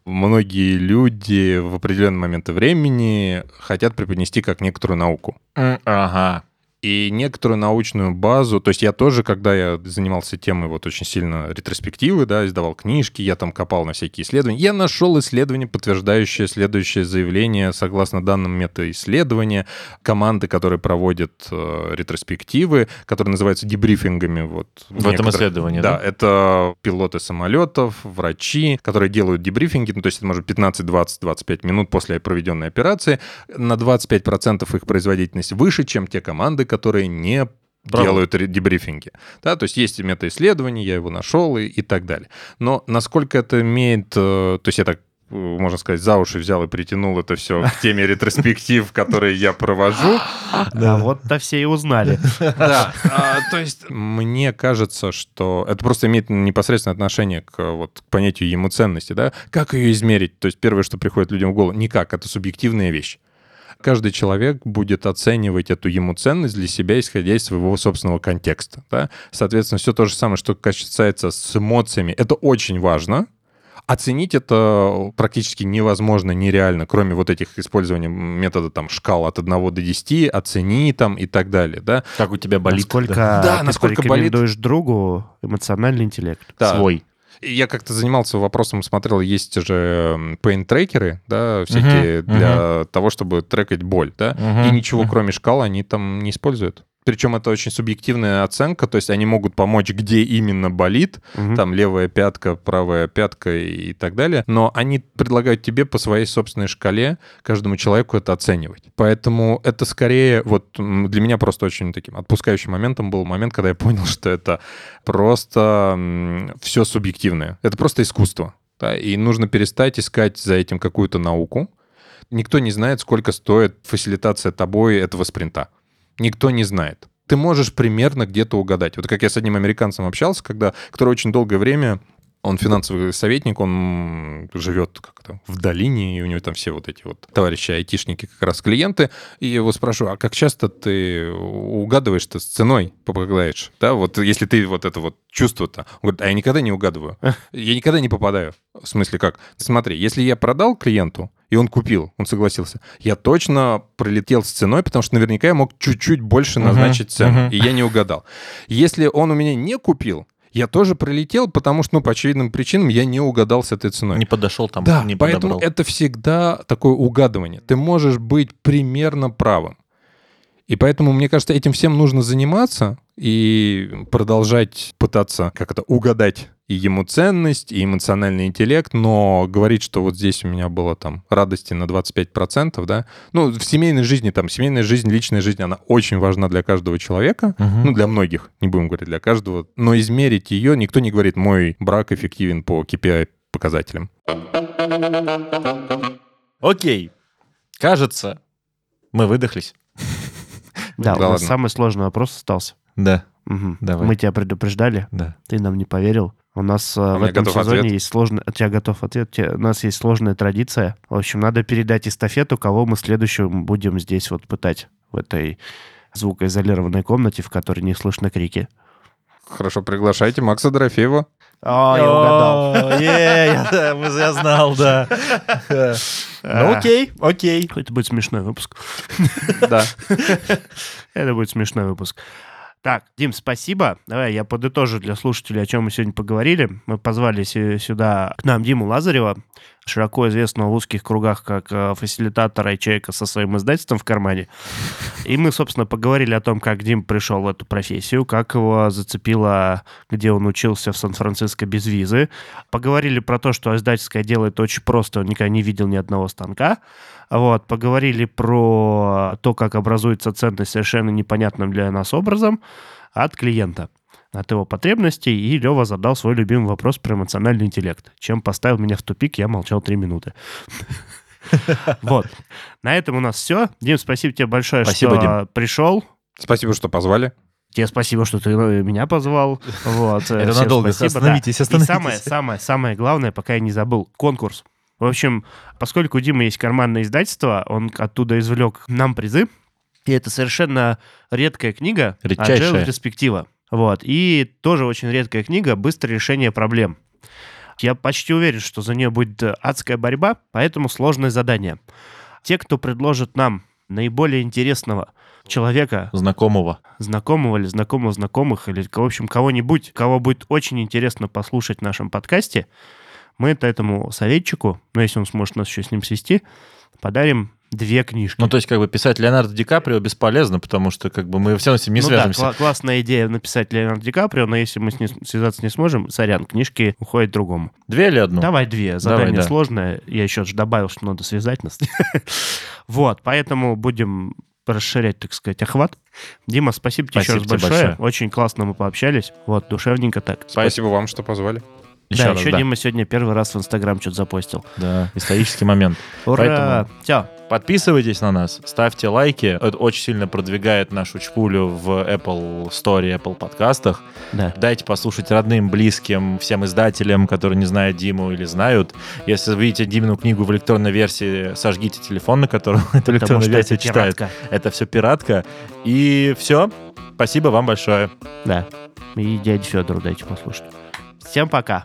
многие люди в определенные моменты времени хотят преподнести как некоторую науку. Ага. И некоторую научную базу, то есть я тоже, когда я занимался темой вот очень сильно ретроспективы, да, издавал книжки, я там копал на всякие исследования, я нашел исследование, подтверждающее следующее заявление согласно данным метаисследования команды, которые проводят э, ретроспективы, которые называются дебрифингами. Вот, В этом исследовании, да? Да, это пилоты самолетов, врачи, которые делают дебрифинги, ну, то есть это может пятнадцать, двадцать, двадцать пять минут после проведенной операции. На двадцать пять процентов их производительность выше, чем те команды, которые не Браво. делают ре- дебрифинги. Да, то есть есть метаисследование, я его нашел и, и так далее. Но насколько это имеет... э, То есть я так, э, можно сказать, за уши взял и притянул это все к теме ретроспектив, которые я провожу. Да, вот-то все и узнали. Да, а, то есть мне кажется, что это просто имеет непосредственное отношение к, вот, к понятию ему ценности, да? Как ее измерить? То есть первое, что приходит людям в голову, никак, это субъективная вещь. Каждый человек будет оценивать эту ему ценность для себя, исходя из своего собственного контекста. Да? Соответственно, все то же самое, что касается с эмоциями, это очень важно. Оценить это практически невозможно, нереально, кроме вот этих использования метода там шкал от одного до десяти, оцени там и так далее, да. Как у тебя болит? Насколько Да, ты насколько болит. порекомендуешь другу эмоциональный интеллект? Да. Свой. И я как-то занимался вопросом, смотрел, есть же pain-трекеры, да, всякие Мгм, для того, чтобы трекать боль, да, Мгм, и ничего, мгм. кроме шкал, они там не используют. Причем это очень субъективная оценка, то есть они могут помочь, где именно болит, Мгм. там левая пятка, правая пятка и так далее, но они предлагают тебе по своей собственной шкале каждому человеку это оценивать. Поэтому это скорее, вот м, для меня просто очень таким отпускающим моментом был момент, когда я понял, что это просто все субъективное. Это просто искусство. Да, и нужно перестать искать за этим какую-то науку. Никто не знает, сколько стоит фасилитация тобой этого спринта. Никто не знает. Ты можешь примерно где-то угадать. Вот как я с одним американцем общался, когда, который очень долгое время, он финансовый советник, он живет как-то в долине, и у него там все вот эти вот товарищи айтишники, как раз клиенты, и я его спрашиваю, а как часто ты угадываешь-то с ценой, попадаешь? Да, вот если ты вот это вот чувство-то. Он говорит, а я никогда не угадываю. Я никогда не попадаю. В смысле как? Смотри, если я продал клиенту, и он купил, он согласился. Я точно пролетел с ценой, потому что наверняка я мог чуть-чуть больше назначить uh-huh, цену, uh-huh. и я не угадал. Если он у меня не купил, я тоже пролетел, потому что, ну, по очевидным причинам я не угадал с этой ценой. Не подошел там, да, не поэтому подобрал. Это всегда такое угадывание. Ты можешь быть примерно правым. И поэтому, мне кажется, этим всем нужно заниматься и продолжать пытаться как это угадать и ему ценность, и эмоциональный интеллект, но говорить, что вот здесь у меня было там радости на двадцать пять процентов, да, ну, в семейной жизни, там, семейная жизнь, личная жизнь, она очень важна для каждого человека, угу. ну, для многих, не будем говорить для каждого, но измерить ее, никто не говорит, мой брак эффективен по кей пи ай-показателям. Окей, кажется, мы выдохлись. Да, да у нас ладно. самый сложный вопрос остался. Да. Угу. Давай. Мы тебя предупреждали, Да. ты нам не поверил. У нас У в этом сезоне ответ. есть сложный... У тебя готов ответ? У нас есть сложная традиция. В общем, надо передать эстафету, кого мы следующим будем здесь вот пытать в этой звукоизолированной комнате, в которой не слышно крики. Хорошо, приглашайте Макса Дорофеева. О, я угадал. Я знал, да. Ну окей, окей. Это будет смешной выпуск. Да. Это будет смешной выпуск. Так, Дим, спасибо. Давай я подытожу для слушателей, о чем мы сегодня поговорили. Мы позвали сюда к нам Диму Лазарева, широко известного в узких кругах как фасилитатора и человека со своим издательством в кармане. И мы, собственно, поговорили о том, как Дим пришел в эту профессию, как его зацепило, где он учился в Сан-Франциско без визы. Поговорили про то, что издательское дело это очень просто, он никогда не видел ни одного станка. Вот, поговорили про то, как образуется ценность совершенно непонятным для нас образом от клиента, от его потребностей, и Лева задал свой любимый вопрос про эмоциональный интеллект, чем поставил меня в тупик, я молчал три минуты. Вот. На этом у нас все. Дим, спасибо тебе большое, что пришел. Спасибо, что позвали. Тебе спасибо, что ты меня позвал. Вот. Это надолго. Остановитесь, остановитесь. И самое, самое, самое главное, пока я не забыл, конкурс. В общем, поскольку у Димы есть карманное издательство, он оттуда извлек нам призы. И это совершенно редкая книга Редчайшая. Agile Перспектива. Вот. И тоже очень редкая книга «Быстрое решение проблем». Я почти уверен, что за нее будет адская борьба, поэтому сложное задание. Те, кто предложит нам наиболее интересного человека, Знакомого. знакомого или знакомого знакомых, или, в общем, кого-нибудь, кого будет очень интересно послушать в нашем подкасте, мы это этому советчику, ну, если он сможет нас еще с ним свести, подарим две книжки. Ну, то есть, как бы писать Леонардо Ди Каприо бесполезно, потому что как бы мы все равно с ним не ну свяжемся. Да, кла- классная идея написать Леонардо Ди Каприо, но если мы с ним связаться не сможем, сорян, книжки уходят другому. Две или одну? Давай две. Задание Давай, да. сложное. Я еще же добавил, что надо связать нас. Вот, поэтому будем расширять, так сказать, охват. Дима, спасибо тебе еще раз Спасибо тебе большое. большое. Очень классно мы пообщались. Вот, душевненько так. Спасибо вам, что позвали. Еще да, раз, еще да. Дима сегодня первый раз в Инстаграм что-то запостил. Да, исторический момент. Ура! Поэтому Все. подписывайтесь на нас, ставьте лайки. Это очень сильно продвигает нашу чпулю в Apple Store и Apple подкастах. Да. Дайте послушать родным, близким, всем издателям, которые не знают Диму или знают. Если вы видите Димину книгу в электронной версии, сожгите телефон, на котором эту Потому электронную что версию это читает. пиратка. Это все пиратка. И все. Спасибо вам большое. Да. И дяде Федору дайте послушать. Всем пока.